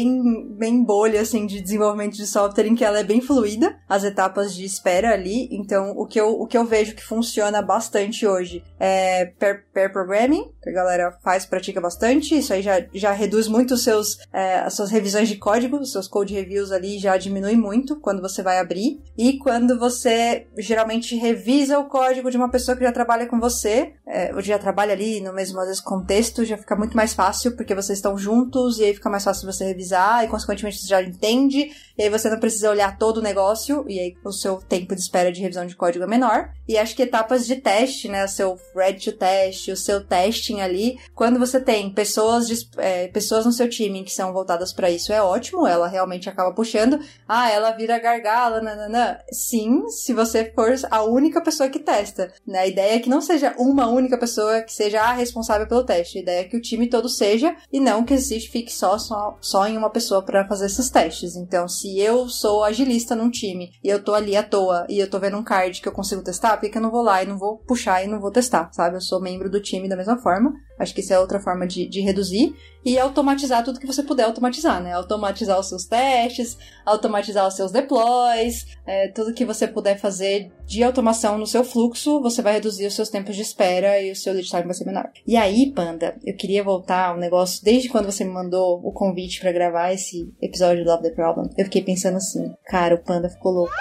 bem bolha, assim, de desenvolvimento de software, em que ela é bem fluida, as etapas de espera ali. Então, o que eu vejo que funciona bastante hoje é pair programming, que a galera pratica bastante. Isso aí já reduz muito as suas revisões de código, os seus code reviews ali já diminui muito quando você vai abrir. E quando você geralmente revisa o código de uma pessoa que já trabalha com você, ou já trabalha ali no mesmo, às vezes, contexto, já fica muito mais fácil, porque vocês estão juntos, e aí fica mais fácil você revisar, e consequentemente você já entende, e aí você não precisa olhar todo o negócio, e aí o seu tempo de espera de revisão de código é menor. E acho que etapas de teste, né, o seu ready to test, o seu testing ali, quando você tem pessoas no seu time que são voltadas pra isso, é ótimo, ela realmente acaba puxando, ela vira gargala, nananã. Sim, se você for a única pessoa que testa, né, a ideia é que não seja uma única pessoa que seja a responsável pelo teste, a ideia é que o time todo seja, e não que fique só em uma pessoa pra fazer esses testes. Então, se eu sou agilista num time, e eu tô ali à toa, e eu tô vendo um card que eu consigo testar, por que eu não vou lá e não vou puxar e não vou testar, sabe? Eu sou membro do time da mesma forma. Acho que isso é outra forma de reduzir. E automatizar tudo que você puder automatizar, né? Automatizar os seus testes, automatizar os seus deploys, tudo que você puder fazer de automação no seu fluxo, você vai reduzir os seus tempos de espera e o seu lead time vai ser menor. E aí, Panda, eu queria voltar ao negócio, desde quando você me mandou o convite pra gravar esse episódio do Love the Problem, eu fiquei pensando assim, cara, o Panda ficou louco.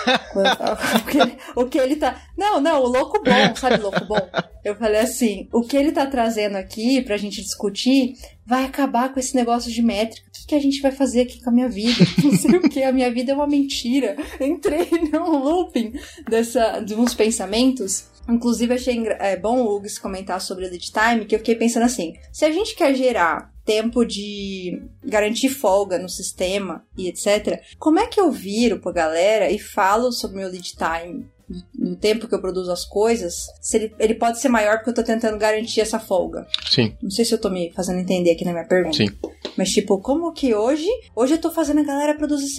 O que ele tá... Não, o louco bom, sabe o louco bom? Eu falei assim, o que ele tá trazendo aqui pra gente discutir vai acabar com esse negócio de métrica. O que a gente vai fazer aqui com a minha vida? Não sei o que, a minha vida é uma mentira. Entrei num looping de uns pensamentos. Inclusive, achei bom o Hugues comentar sobre o lead time, que eu fiquei pensando assim, se a gente quer gerar tempo de garantir folga no sistema e etc., como é que eu viro pra galera e falo sobre o meu lead time no tempo que eu produzo as coisas, se ele pode ser maior porque eu tô tentando garantir essa folga. Sim. Não sei se eu tô me fazendo entender aqui na minha pergunta. Sim. Mas tipo, como que hoje eu tô fazendo a galera produzir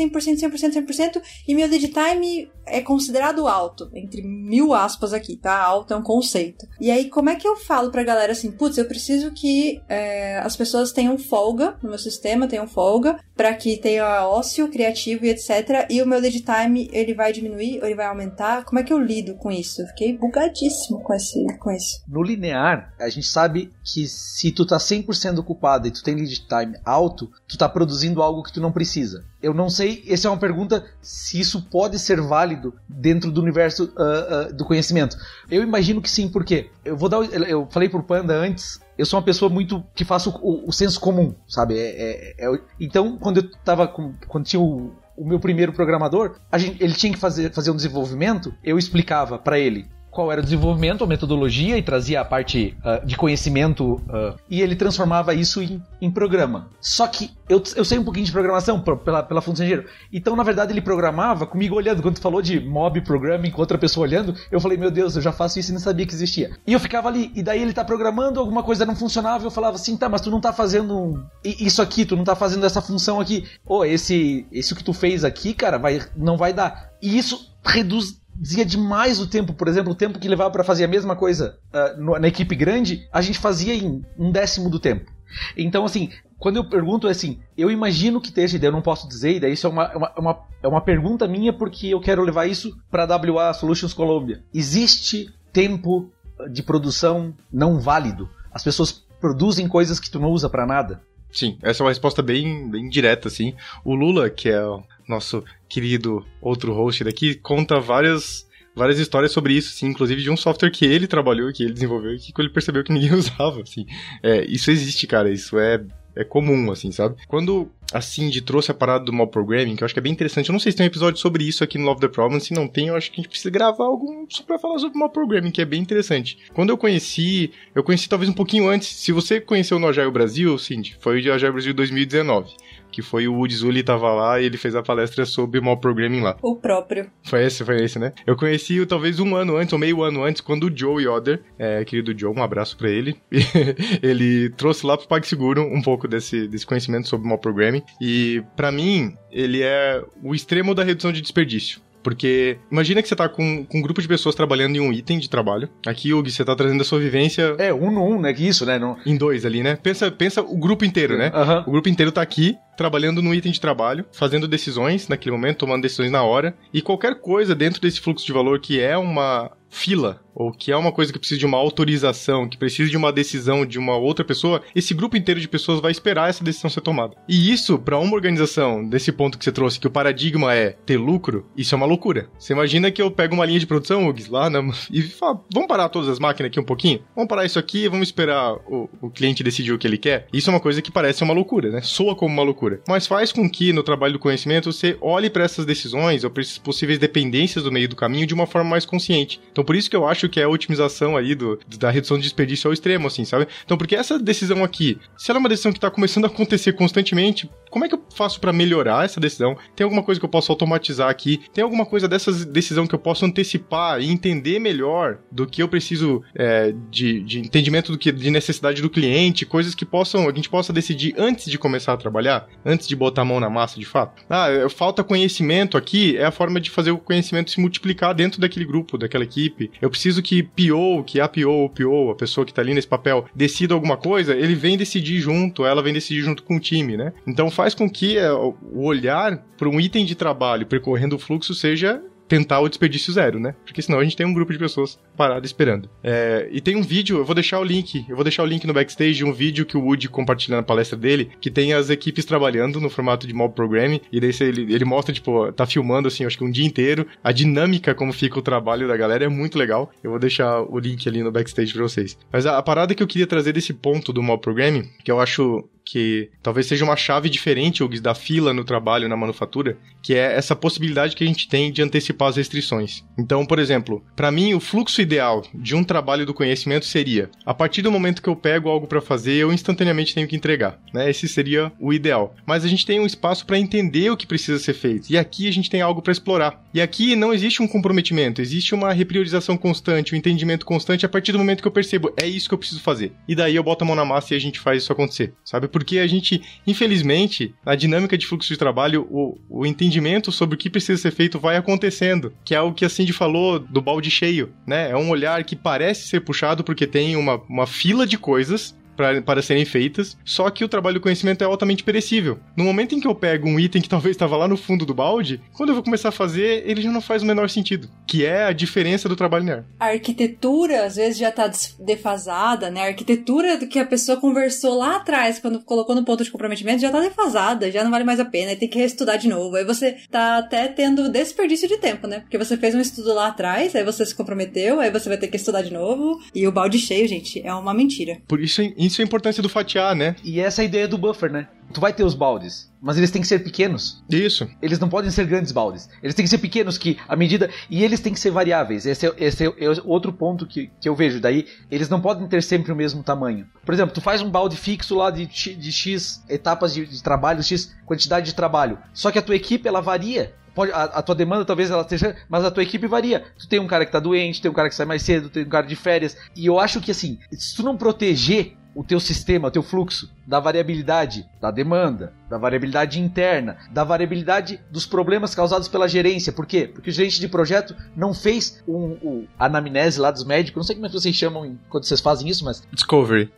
100% e meu lead time é considerado alto, entre 1000 aspas aqui, tá? Alto é um conceito. E aí, como é que eu falo pra galera assim, putz, eu preciso que as pessoas tenham folga no meu sistema, tenham folga, pra que tenha ócio, criativo e etc. E o meu lead time, ele vai diminuir ou ele vai aumentar? Como é que eu lido com isso? Eu fiquei bugadíssimo com isso. No linear, a gente sabe que se tu tá 100% ocupado e tu tem lead time alto, tu tá produzindo algo que tu não precisa. Eu não sei, essa é uma pergunta, se isso pode ser válido dentro do universo do conhecimento. Eu imagino que sim, porque eu falei pro Panda antes, eu sou uma pessoa muito que faço o senso comum, sabe? Então, quando tinha o meu primeiro programador, ele tinha que fazer um desenvolvimento, eu explicava para ele qual era o desenvolvimento, a metodologia, e trazia a parte de conhecimento, e ele transformava isso em programa. Só que eu sei um pouquinho de programação pela função de engenheiro. Então, na verdade, ele programava comigo olhando. Quando tu falou de mob programming com outra pessoa olhando, eu falei, meu Deus, eu já faço isso e não sabia que existia. E eu ficava ali, e daí ele tá programando, alguma coisa não funcionava, eu falava assim, tá, mas tu não tá fazendo isso aqui, tu não tá fazendo essa função aqui. Esse que tu fez aqui, cara, não vai dar. E isso reduzia demais o tempo. Por exemplo, o tempo que levava para fazer a mesma coisa na equipe grande, a gente fazia em 1/10 do tempo. Então, assim, quando eu pergunto, assim, eu imagino que esteja, eu não posso dizer, e daí isso é uma pergunta minha, porque eu quero levar isso para a WA Solutions Colômbia. Existe tempo de produção não válido? As pessoas produzem coisas que tu não usa para nada? Sim, essa é uma resposta bem direta, assim. O Lula, que é o nosso querido outro host daqui, conta várias histórias sobre isso, assim, inclusive de um software que ele trabalhou, que ele desenvolveu e que ele percebeu que ninguém usava, assim. Isso existe, cara, isso é comum, assim, sabe? Quando a Cindy trouxe a parada do mob programming, que eu acho que é bem interessante, eu não sei se tem um episódio sobre isso aqui no Love the Problem, se não tem, eu acho que a gente precisa gravar algum só pra falar sobre mob programming, que é bem interessante. Quando eu conheci talvez um pouquinho antes, se você conheceu no Agile Brasil, Cindy, foi o Agile Brasil 2019. Que foi o Woody Zulli tava lá e ele fez a palestra sobre mob programming lá. O próprio. Foi esse, né? Eu conheci talvez um ano antes, ou meio ano antes, quando o Joe Yoder, querido Joe, um abraço pra ele, ele trouxe lá pro PagSeguro um pouco desse conhecimento sobre mob programming. E pra mim, ele é o extremo da redução de desperdício. Porque imagina que você tá com um grupo de pessoas trabalhando em um item de trabalho. Aqui, Hugo, você tá trazendo a sua vivência... Um no um, né? Que isso, né? Não... Em 2 ali, né? Pensa o grupo inteiro, né? Uhum. O grupo inteiro tá aqui, trabalhando no item de trabalho, fazendo decisões naquele momento, tomando decisões na hora. E qualquer coisa dentro desse fluxo de valor que é uma fila, ou que é uma coisa que precisa de uma autorização, que precisa de uma decisão de uma outra pessoa, esse grupo inteiro de pessoas vai esperar essa decisão ser tomada. E isso, para uma organização, desse ponto que você trouxe, que o paradigma é ter lucro, isso é uma loucura. Você imagina que eu pego uma linha de produção, Hugues, lá, e falo, vamos parar todas as máquinas aqui um pouquinho? Vamos parar isso aqui, vamos esperar o cliente decidir o que ele quer? Isso é uma coisa que parece uma loucura, né? Soa como uma loucura. manufatura, mas faz com que no trabalho do conhecimento você olhe para essas decisões ou para essas possíveis dependências do meio do caminho de uma forma mais consciente. Então por isso que eu acho que é a otimização aí da redução de desperdício ao extremo, assim, sabe? Então porque essa decisão aqui, se ela é uma decisão que está começando a acontecer constantemente, como é que eu faço para melhorar essa decisão? Tem alguma coisa que eu posso automatizar aqui? Tem alguma coisa dessa decisão que eu posso antecipar e entender melhor do que eu preciso de entendimento de necessidade do cliente, coisas que a gente possa decidir antes de começar a trabalhar, antes de botar a mão na massa de fato? Falta conhecimento aqui, é a forma de fazer o conhecimento se multiplicar dentro daquele grupo, daquela equipe. Eu preciso que a PO, a pessoa que tá ali nesse papel, decida alguma coisa, ele vem decidir junto, ela vem decidir junto com o time, né? Então faz com que o olhar para um item de trabalho percorrendo o fluxo seja tentar o desperdício zero, né? Porque senão a gente tem um grupo de pessoas parado esperando. E tem um vídeo, eu vou deixar o link no backstage de um vídeo que o Woody compartilha na palestra dele, que tem as equipes trabalhando no formato de mob programming, e daí ele mostra, tipo, tá filmando, assim, acho que um dia inteiro, a dinâmica como fica o trabalho da galera é muito legal. Eu vou deixar o link ali no backstage pra vocês. Mas a parada que eu queria trazer desse ponto do mob programming, que eu acho que talvez seja uma chave diferente, Hugues, da fila no trabalho, na manufatura, que é essa possibilidade que a gente tem de antecipar as restrições. Então, por exemplo, para mim, o fluxo ideal de um trabalho do conhecimento seria, a partir do momento que eu pego algo para fazer, eu instantaneamente tenho que entregar, né? Esse seria o ideal. Mas a gente tem um espaço para entender o que precisa ser feito, e aqui a gente tem algo para explorar. E aqui não existe um comprometimento, existe uma repriorização constante, um entendimento constante a partir do momento que eu percebo, é isso que eu preciso fazer. E daí eu boto a mão na massa e a gente faz isso acontecer, sabe? Porque a gente, infelizmente, na dinâmica de fluxo de trabalho, o entendimento sobre o que precisa ser feito vai acontecendo, que é algo que a Cindy falou do balde cheio, né? É um olhar que parece ser puxado porque tem uma fila de coisas para serem feitas, só que o trabalho do conhecimento é altamente perecível. No momento em que eu pego um item que talvez estava lá no fundo do balde, quando eu vou começar a fazer, ele já não faz o menor sentido, que é a diferença do trabalho linear. A arquitetura, às vezes, já tá defasada, né? A arquitetura do que a pessoa conversou lá atrás, quando colocou no ponto de comprometimento, já tá defasada, já não vale mais a pena, aí tem que reestudar de novo. Aí você tá até tendo desperdício de tempo, né? Porque você fez um estudo lá atrás, aí você se comprometeu, aí você vai ter que estudar de novo, e o balde cheio, gente, é uma mentira. Por isso é a importância do fatiar, né? E essa é a ideia do buffer, né? Tu vai ter os baldes, mas eles têm que ser pequenos. Isso. Eles não podem ser grandes baldes. Eles têm que ser pequenos, que à medida... E eles têm que ser variáveis. Esse é outro ponto que eu vejo. Daí, eles não podem ter sempre o mesmo tamanho. Por exemplo, tu faz um balde fixo lá de X etapas de trabalho, X quantidade de trabalho. Só que a tua equipe, ela varia. A tua demanda talvez ela esteja, mas a tua equipe varia. Tu tem um cara que tá doente, tem um cara que sai mais cedo, tem um cara de férias. E eu acho que assim, se tu não proteger o teu sistema, o teu fluxo, da variabilidade da demanda, da variabilidade interna, da variabilidade dos problemas causados pela gerência. Por quê? Porque o gerente de projeto não fez a anamnese lá dos médicos. Não sei como é que vocês chamam quando vocês fazem isso, mas... Discovery.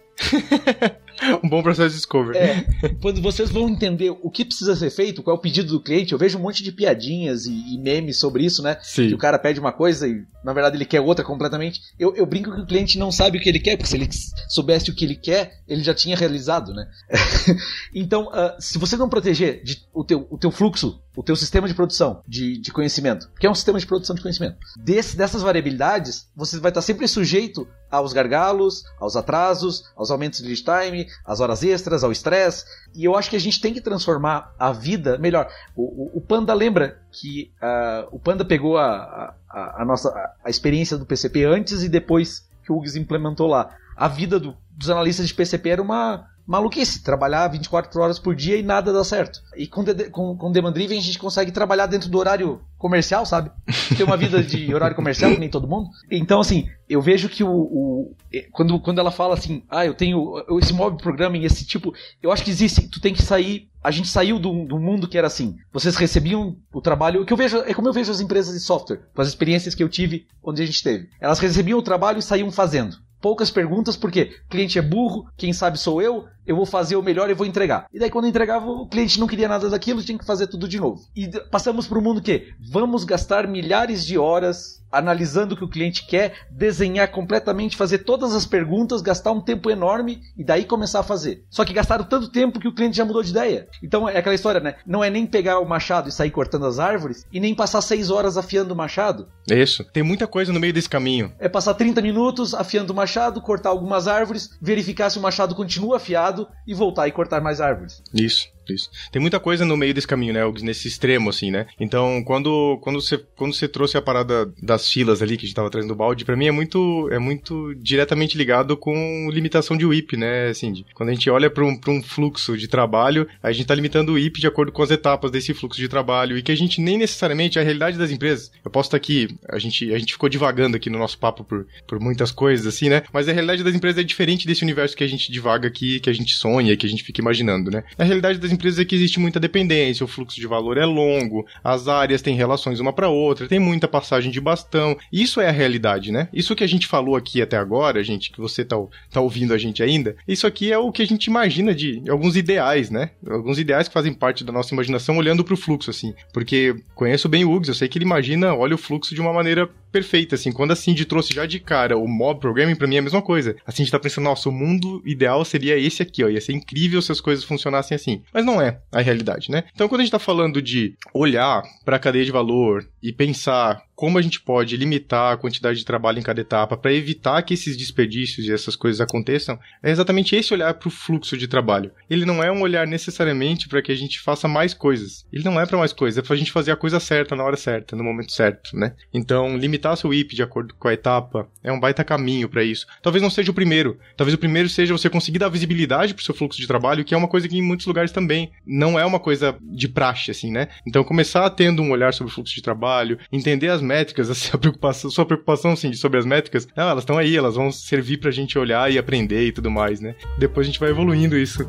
Um bom processo de discovery. Quando vocês vão entender o que precisa ser feito, qual é o pedido do cliente, eu vejo um monte de piadinhas e memes sobre isso, né? Sim. Que o cara pede uma coisa e na verdade ele quer outra completamente. Eu brinco que o cliente não sabe o que ele quer, porque se ele soubesse o que ele quer, ele já tinha realizado, né? Então, se você não proteger o teu fluxo, o teu sistema de produção de conhecimento, que é um sistema de produção de conhecimento, dessas variabilidades, você vai estar sempre sujeito aos gargalos, aos atrasos, aos aumentos de lead time, às horas extras, ao estresse. E eu acho que a gente tem que transformar a vida melhor. O Panda lembra que o Panda pegou a experiência do PCP antes e depois que o Hugues implementou lá. A vida dos analistas de PCP era uma maluquice, trabalhar 24 horas por dia e nada dá certo. E com Demand Driven a gente consegue trabalhar dentro do horário comercial, sabe? Ter uma vida de horário comercial, que nem todo mundo. Então, assim, eu vejo que quando ela fala assim, eu tenho esse mob programming, esse tipo, eu acho que existe, tu tem que sair. A gente saiu do mundo que era assim. Vocês recebiam o trabalho, o que eu vejo, é como eu vejo as empresas de software, com as experiências que eu tive, onde a gente teve. Elas recebiam o trabalho e saíam fazendo. Poucas perguntas, porque o cliente é burro, quem sabe sou eu vou fazer o melhor e vou entregar. E daí quando entregava, o cliente não queria nada daquilo, tinha que fazer tudo de novo. E passamos para o mundo que vamos gastar milhares de horas analisando o que o cliente quer, desenhar completamente, fazer todas as perguntas, gastar um tempo enorme e daí começar a fazer. Só que gastaram tanto tempo que o cliente já mudou de ideia. Então é aquela história, né? Não é nem pegar o machado e sair cortando as árvores e nem passar 6 horas afiando o machado. É isso. Tem muita coisa no meio desse caminho. É passar 30 minutos afiando o machado, cortar algumas árvores, verificar se o machado continua afiado e voltar e cortar mais árvores. Isso. Tem muita coisa no meio desse caminho, né, nesse extremo, assim, né? Então, quando você trouxe a parada das filas ali, que a gente tava trazendo do balde, pra mim é muito diretamente ligado com limitação de WIP, né, Cindy? Quando a gente olha pra um fluxo de trabalho, a gente tá limitando o WIP de acordo com as etapas desse fluxo de trabalho, e que a gente nem necessariamente é a realidade das empresas. Eu posso estar aqui, a gente ficou divagando aqui no nosso papo por muitas coisas, assim, né? Mas a realidade das empresas é diferente desse universo que a gente divaga aqui, que a gente sonha, que a gente fica imaginando, né? A realidade das empresas é que existe muita dependência, o fluxo de valor é longo, as áreas têm relações uma para outra, tem muita passagem de bastão. Isso é a realidade, né? Isso que a gente falou aqui até agora, gente, que você tá ouvindo a gente ainda, isso aqui é o que a gente imagina de alguns ideais, né? Alguns ideais que fazem parte da nossa imaginação olhando pro fluxo, assim. Porque conheço bem o Hugues, eu sei que ele olha o fluxo de uma maneira perfeita, assim. Quando a Cindy trouxe já de cara o Mob Programming, pra mim é a mesma coisa. A Cindy tá pensando, nossa, o mundo ideal seria esse aqui, ó. Ia ser incrível se as coisas funcionassem assim. Mas não é a realidade, né? Então, quando a gente tá falando de olhar pra cadeia de valor e pensar como a gente pode limitar a quantidade de trabalho em cada etapa para evitar que esses desperdícios e essas coisas aconteçam, é exatamente esse olhar para o fluxo de trabalho. Ele não é um olhar necessariamente para que a gente faça mais coisas. Ele não é para mais coisas, é para a gente fazer a coisa certa na hora certa, no momento certo, né? Então, limitar seu WIP de acordo com a etapa é um baita caminho para isso. Talvez não seja o primeiro. Talvez o primeiro seja você conseguir dar visibilidade para o seu fluxo de trabalho, que é uma coisa que em muitos lugares também não é uma coisa de praxe, assim, né? Então, começar tendo um olhar sobre o fluxo de trabalho, entender as métricas, sua preocupação, assim, sobre as métricas, elas estão aí, elas vão servir pra gente olhar e aprender e tudo mais, né? Depois a gente vai evoluindo isso.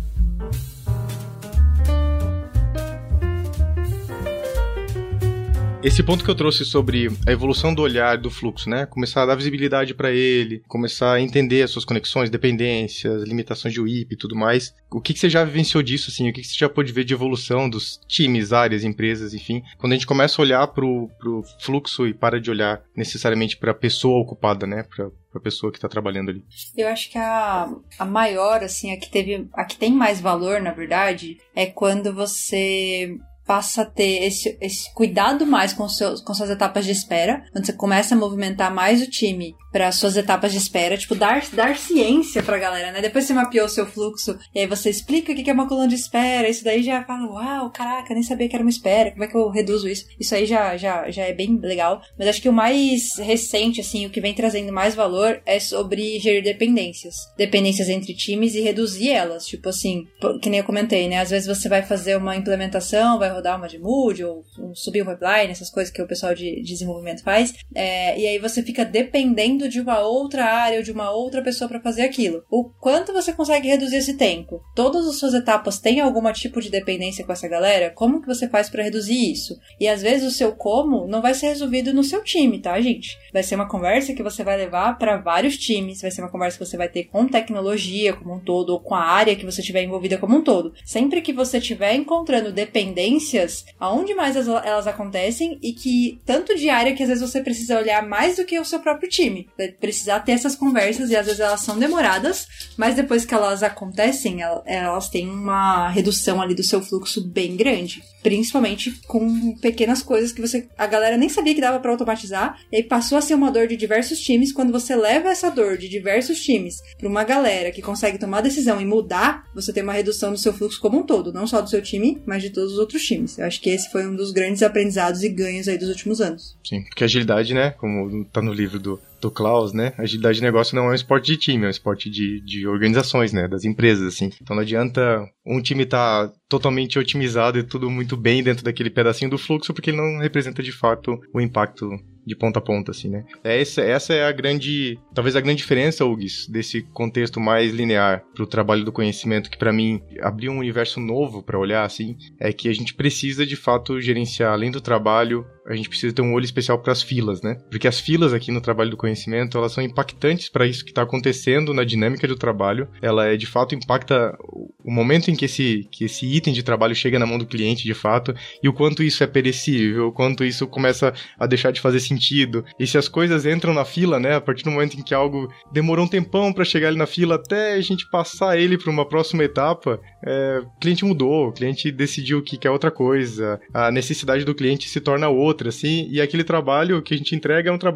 Esse ponto que eu trouxe sobre a evolução do olhar do fluxo, né? Começar a dar visibilidade para ele, começar a entender as suas conexões, dependências, limitações de WIP e tudo mais. O que você já vivenciou disso, assim? O que você já pôde ver de evolução dos times, áreas, empresas, enfim? Quando a gente começa a olhar pro fluxo e para de olhar necessariamente para a pessoa ocupada, né? Pra pessoa que tá trabalhando ali. Eu acho que a maior, assim, a que tem mais valor, na verdade, é quando você passa a ter esse cuidado mais com suas etapas de espera, quando você começa a movimentar mais o time para suas etapas de espera, tipo, dar ciência pra galera, né? Depois você mapeou o seu fluxo, e aí você explica o que é uma coluna de espera, isso daí já fala, uau, caraca, nem sabia que era uma espera, como é que eu reduzo isso? Isso aí já é bem legal, mas acho que o mais recente, assim, o que vem trazendo mais valor é sobre gerir dependências entre times e reduzir elas, tipo assim, que nem eu comentei, né? Às vezes você vai fazer uma implementação, vai rodar uma de Mood, ou subir um pipeline, essas coisas que o pessoal de desenvolvimento faz, e aí você fica dependendo de uma outra área ou de uma outra pessoa para fazer aquilo. O quanto você consegue reduzir esse tempo? Todas as suas etapas têm algum tipo de dependência com essa galera? Como que você faz para reduzir isso? E às vezes o seu como não vai ser resolvido no seu time, tá, gente? Vai ser uma conversa que você vai levar para vários times, vai ser uma conversa que você vai ter com tecnologia como um todo, ou com a área que você tiver envolvida como um todo. Sempre que você estiver encontrando dependências, aonde mais elas acontecem, e que tanto de área que às vezes você precisa olhar mais do que o seu próprio time. Precisar ter essas conversas, e às vezes elas são demoradas, mas depois que elas acontecem, elas têm uma redução ali do seu fluxo bem grande. Principalmente com pequenas coisas que a galera nem sabia que dava pra automatizar, e aí passou a ser uma dor de diversos times. Quando você leva essa dor de diversos times pra uma galera que consegue tomar decisão e mudar, você tem uma redução do seu fluxo como um todo, não só do seu time, mas de todos os outros times. Eu acho que esse foi um dos grandes aprendizados e ganhos aí dos últimos anos. Sim, porque agilidade, né, como tá no livro do Klaus, né? Agilidade de negócio não é um esporte de time, é um esporte de organizações, né? Das empresas, assim. Então não adianta um time estar totalmente otimizado e tudo muito bem dentro daquele pedacinho do fluxo, porque ele não representa de fato o impacto de ponta a ponta, assim, né? Essa é talvez a grande diferença, Hugues, desse contexto mais linear pro trabalho do conhecimento, que pra mim abriu um universo novo pra olhar, assim, é que a gente precisa de fato gerenciar, além do trabalho, a gente precisa ter um olho especial para as filas, né? Porque as filas aqui no trabalho do conhecimento, elas são impactantes para isso que está acontecendo na dinâmica do trabalho. Ela de fato impacta o momento em que esse item de trabalho chega na mão do cliente, de fato, e o quanto isso é perecível, o quanto isso começa a deixar de fazer sentido. E se as coisas entram na fila, né? A partir do momento em que algo demorou um tempão para chegar ali na fila, até a gente passar ele para uma próxima etapa, o cliente mudou, o cliente decidiu que quer outra coisa, a necessidade do cliente se torna outra, assim, e aquele trabalho que a gente entrega é um trabalho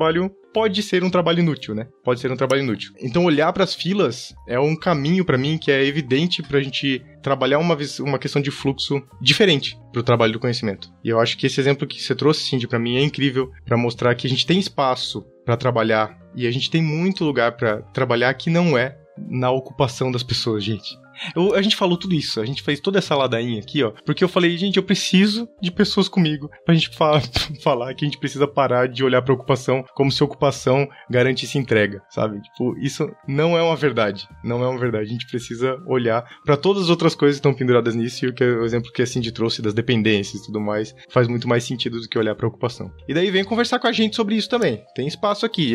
pode ser um trabalho inútil, né? Pode ser um trabalho inútil. Então, olhar para as filas é um caminho para mim que é evidente pra gente trabalhar uma questão de fluxo diferente pro trabalho do conhecimento. E eu acho que esse exemplo que você trouxe, Cindy, pra mim é incrível para mostrar que a gente tem espaço para trabalhar e a gente tem muito lugar para trabalhar que não é na ocupação das pessoas, gente. A gente falou tudo isso, a gente fez toda essa ladainha aqui, ó, porque eu falei, gente, eu preciso de pessoas comigo pra gente falar que a gente precisa parar de olhar pra ocupação como se a ocupação garantisse entrega, sabe? Tipo, isso não é uma verdade, não é uma verdade. A gente precisa olhar pra todas as outras coisas que estão penduradas nisso, e o exemplo que a Cindy trouxe das dependências e tudo mais, faz muito mais sentido do que olhar pra ocupação. E daí vem conversar com a gente sobre isso também. Tem espaço aqui.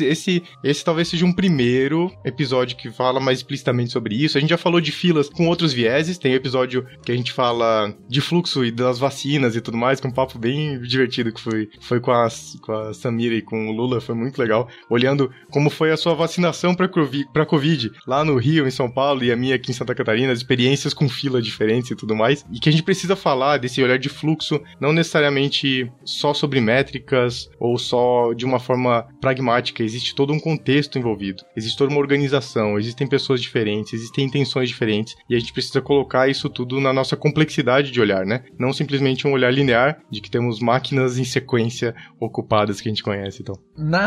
Esse talvez seja um primeiro episódio que fala mais explicitamente sobre isso. A gente já falou de filas com outros vieses, tem um episódio que a gente fala de fluxo e das vacinas e tudo mais, que é um papo bem divertido que foi com a Samira e com o Lula, foi muito legal, olhando como foi a sua vacinação pra Covid, lá no Rio, em São Paulo, e a minha aqui em Santa Catarina, as experiências com fila diferentes e tudo mais, e que a gente precisa falar desse olhar de fluxo, não necessariamente só sobre métricas, ou só de uma forma pragmática, existe todo um contexto envolvido, existe toda uma organização, existem pessoas diferentes, existem intenções diferentes, e a gente precisa colocar isso tudo na nossa complexidade de olhar, né? Não simplesmente um olhar linear de que temos máquinas em sequência ocupadas que a gente conhece, então.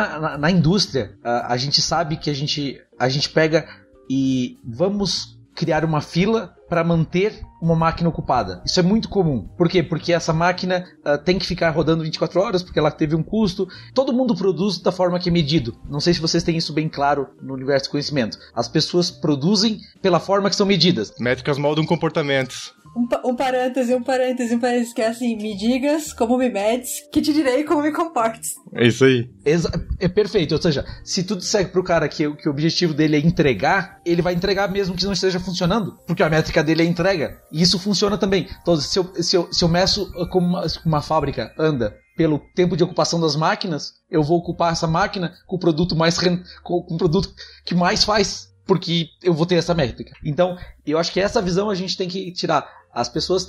Na indústria, a gente sabe que a gente pega e vamos criar uma fila para manter uma máquina ocupada. Isso é muito comum. Por quê? Porque essa máquina tem que ficar rodando 24 horas, porque ela teve um custo. Todo mundo produz da forma que é medido. Não sei se vocês têm isso bem claro no universo do conhecimento. As pessoas produzem pela forma que são medidas. Métricas moldam comportamentos. Um parêntese, que é assim, me digas como me medes, que te direi como me comportes. É isso aí. É perfeito, ou seja, se tu disser pro cara que o objetivo dele é entregar, ele vai entregar mesmo que não esteja funcionando, porque a métrica dele é entrega, e isso funciona também. Então, se eu meço como uma fábrica anda pelo tempo de ocupação das máquinas, eu vou ocupar essa máquina com o produto com o produto que mais faz, porque eu vou ter essa métrica. Então, eu acho que essa visão a gente tem que tirar. As pessoas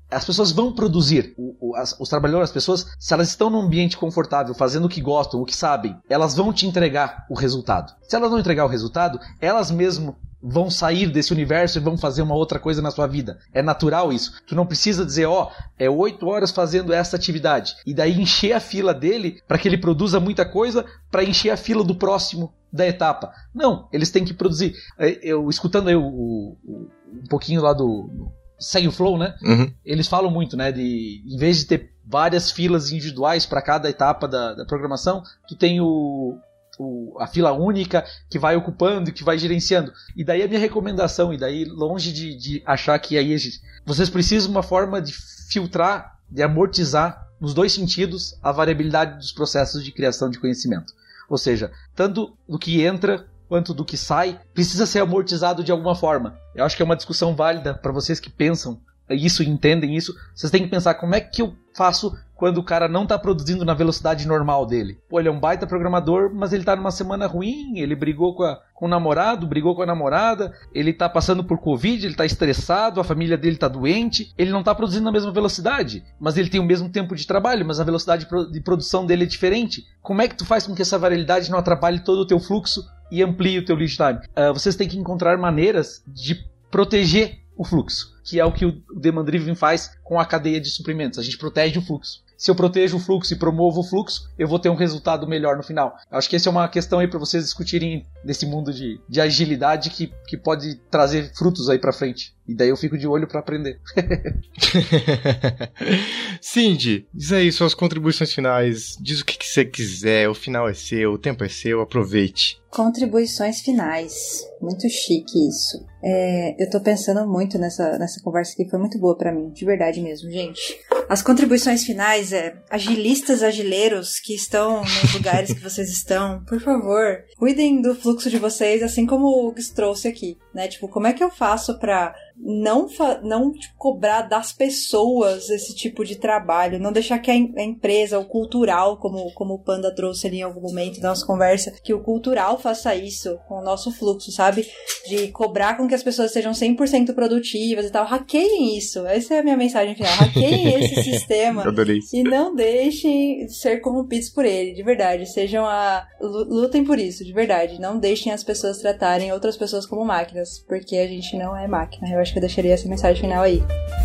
vão produzir, os trabalhadores, as pessoas, se elas estão num ambiente confortável, fazendo o que gostam, o que sabem, elas vão te entregar o resultado. Se elas não entregar o resultado, elas mesmo vão sair desse universo e vão fazer uma outra coisa na sua vida. É natural isso. Tu não precisa dizer, é 8 horas fazendo essa atividade, e daí encher a fila dele para que ele produza muita coisa para encher a fila do próximo da etapa. Não, eles têm que produzir. Eu escutando aí um pouquinho lá do Segue o Flow, né? Uhum. Eles falam muito, né? Em vez de ter várias filas individuais para cada etapa da programação, tu tem a fila única que vai ocupando e que vai gerenciando. E daí a minha recomendação, e daí longe de achar que aí vocês precisam de uma forma de filtrar, de amortizar nos dois sentidos a variabilidade dos processos de criação de conhecimento. Ou seja, tanto do que entra quanto do que sai, precisa ser amortizado de alguma forma. Eu acho que é uma discussão válida para vocês que pensam isso e entendem isso. Vocês têm que pensar como é que eu faço quando o cara não está produzindo na velocidade normal dele. Pô, ele é um baita programador, mas ele está numa semana ruim, ele brigou com o namorado, brigou com a namorada, ele está passando por Covid, ele está estressado, a família dele está doente, ele não está produzindo na mesma velocidade, mas ele tem o mesmo tempo de trabalho, mas a velocidade de produção dele é diferente. Como é que tu faz com que essa variabilidade não atrapalhe todo o teu fluxo e amplie o teu lead time? Vocês têm que encontrar maneiras de proteger o fluxo, que é o que o Demand Driven faz com a cadeia de suprimentos. A gente protege o fluxo. Se eu protejo o fluxo e promovo o fluxo, eu vou ter um resultado melhor no final. Eu acho que essa é uma questão aí para vocês discutirem nesse mundo de agilidade que pode trazer frutos aí para frente. E daí eu fico de olho para aprender. Cindy, diz aí suas contribuições finais. Diz o que você quiser, o final é seu, o tempo é seu, aproveite. Contribuições finais. Muito chique isso. Eu tô pensando muito nessa conversa aqui, foi muito boa pra mim, de verdade mesmo, gente. As contribuições finais agilistas, agileiros que estão nos lugares que vocês estão, por favor, cuidem do fluxo de vocês, assim como o Hugues trouxe aqui, né? Tipo, como é que eu faço pra não tipo, cobrar das pessoas esse tipo de trabalho, não deixar que a empresa, o cultural, como o Panda trouxe ali em algum momento da nossa conversa, que o cultural faça isso com o nosso fluxo, sabe? De cobrar com que as pessoas sejam 100% produtivas e tal. Hackeiem isso. Essa é a minha mensagem final. Hackeiem esse sistema e não deixem ser corrompidos por ele, de verdade. Lutem por isso, de verdade. Não deixem as pessoas tratarem outras pessoas como máquinas, porque a gente não é máquina. Eu acho que eu deixaria essa mensagem final aí.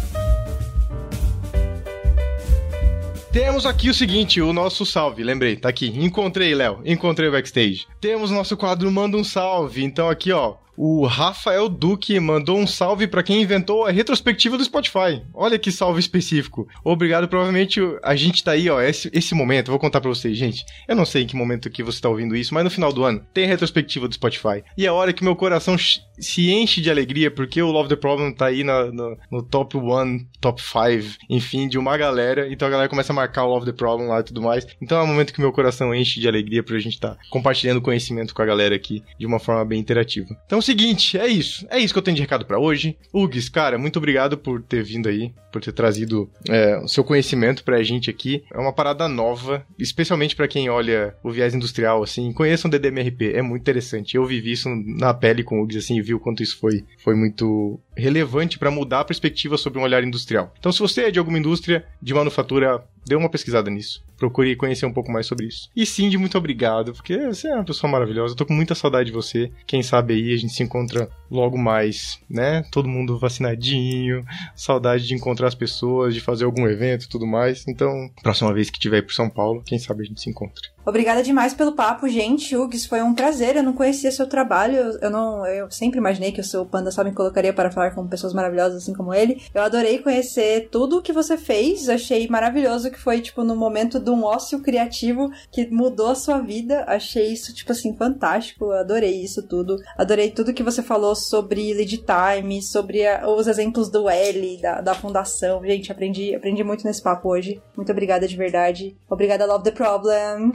Temos aqui o seguinte, o nosso salve, lembrei, tá aqui. Encontrei, Léo, encontrei o backstage. Temos nosso quadro Manda um Salve. Então aqui, ó, o Rafael Duque mandou um salve pra quem inventou a retrospectiva do Spotify. Olha que salve específico. Obrigado, provavelmente a gente tá aí, ó, esse momento, eu vou contar pra vocês, gente. Eu não sei em que momento que você tá ouvindo isso, mas no final do ano tem a retrospectiva do Spotify. E é a hora que meu coração se enche de alegria, porque o Love the Problem tá aí no top 1, top 5, enfim, de uma galera. Então a galera começa a marcar o Love the Problem lá e tudo mais. Então é um momento que meu coração enche de alegria pra gente tá compartilhando conhecimento com a galera aqui de uma forma bem interativa. Então, seguinte, é isso que eu tenho de recado pra hoje. Hugues, cara, muito obrigado por ter vindo aí, por ter trazido o seu conhecimento pra gente aqui. É uma parada nova, especialmente pra quem olha o viés industrial, assim. Conheçam o DDMRP, é muito interessante. Eu vivi isso na pele com o Hugues, assim, e vi o quanto isso foi muito relevante pra mudar a perspectiva sobre um olhar industrial. Então, se você é de alguma indústria de manufatura, dê uma pesquisada nisso. Procure conhecer um pouco mais sobre isso. E Cindy, muito obrigado, porque você é uma pessoa maravilhosa. Eu tô com muita saudade de você. Quem sabe aí a gente se encontra logo mais, né? Todo mundo vacinadinho. Saudade de encontrar as pessoas, de fazer algum evento e tudo mais. Então, próxima vez que tiver aí por São Paulo, quem sabe a gente se encontra. Obrigada demais pelo papo, gente. Hugues, foi um prazer. Eu não conhecia seu trabalho. Eu sempre imaginei que o seu Panda só me colocaria para falar com pessoas maravilhosas assim como ele. Eu adorei conhecer tudo o que você fez. Achei maravilhoso que foi, tipo, no momento de um ócio criativo que mudou a sua vida. Achei isso, tipo assim, fantástico. Eu adorei isso tudo. Adorei tudo que você falou sobre lead time, sobre os exemplos do L, da fundação. Gente, aprendi muito nesse papo hoje. Muito obrigada de verdade. Obrigada, Love the Problem.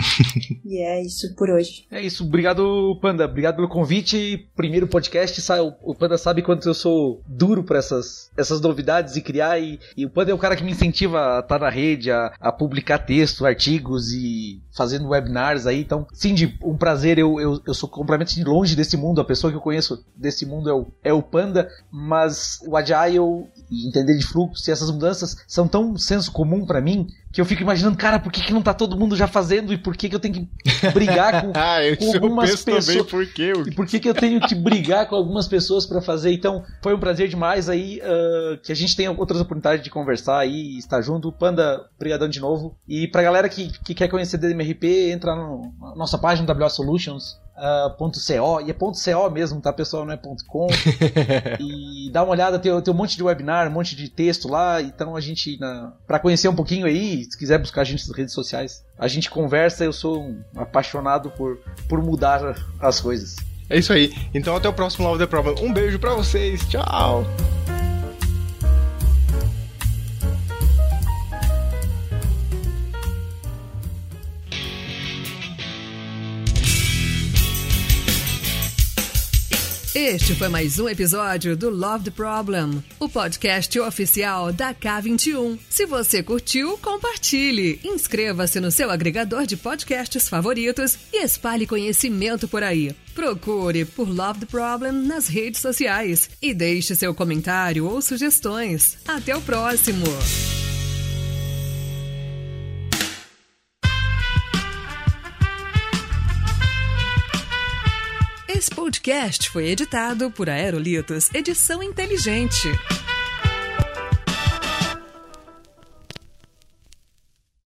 E é isso por hoje. É isso, obrigado, Panda. Obrigado pelo convite. Primeiro podcast, o Panda sabe quanto eu sou duro pra essas novidades e criar. E o Panda é o cara que me incentiva a estar na rede, a publicar textos, artigos e fazendo webinars aí. Então, Cindy, um prazer. Eu sou completamente longe desse mundo. A pessoa que eu conheço desse mundo é o Panda. Mas o Agile e entender de fluxo e essas mudanças são tão senso comum pra mim que eu fico imaginando, cara, por que não tá todo mundo já fazendo e por que eu tenho que brigar com algumas pessoas? Também por que eu tenho que brigar com algumas pessoas pra fazer? Então, foi um prazer demais aí, que a gente tenha outras oportunidades de conversar aí e estar junto. Panda, brigadão de novo. E pra galera que quer conhecer DDMRP, entra na nossa página WA Solutions. .co, e é .co mesmo, tá, pessoal? Não é .com. E dá uma olhada, tem um monte de webinar, um monte de texto lá. Então a gente, pra conhecer um pouquinho aí, se quiser buscar a gente nas redes sociais, a gente conversa. Eu sou um apaixonado por mudar as coisas. É isso aí, então até o próximo Love the Problem. Um beijo pra vocês, tchau! Este foi mais um episódio do Love the Problem, o podcast oficial da K21. Se você curtiu, compartilhe, inscreva-se no seu agregador de podcasts favoritos e espalhe conhecimento por aí. Procure por Love the Problem nas redes sociais e deixe seu comentário ou sugestões. Até o próximo! Esse podcast foi editado por Aerolitos Edição Inteligente.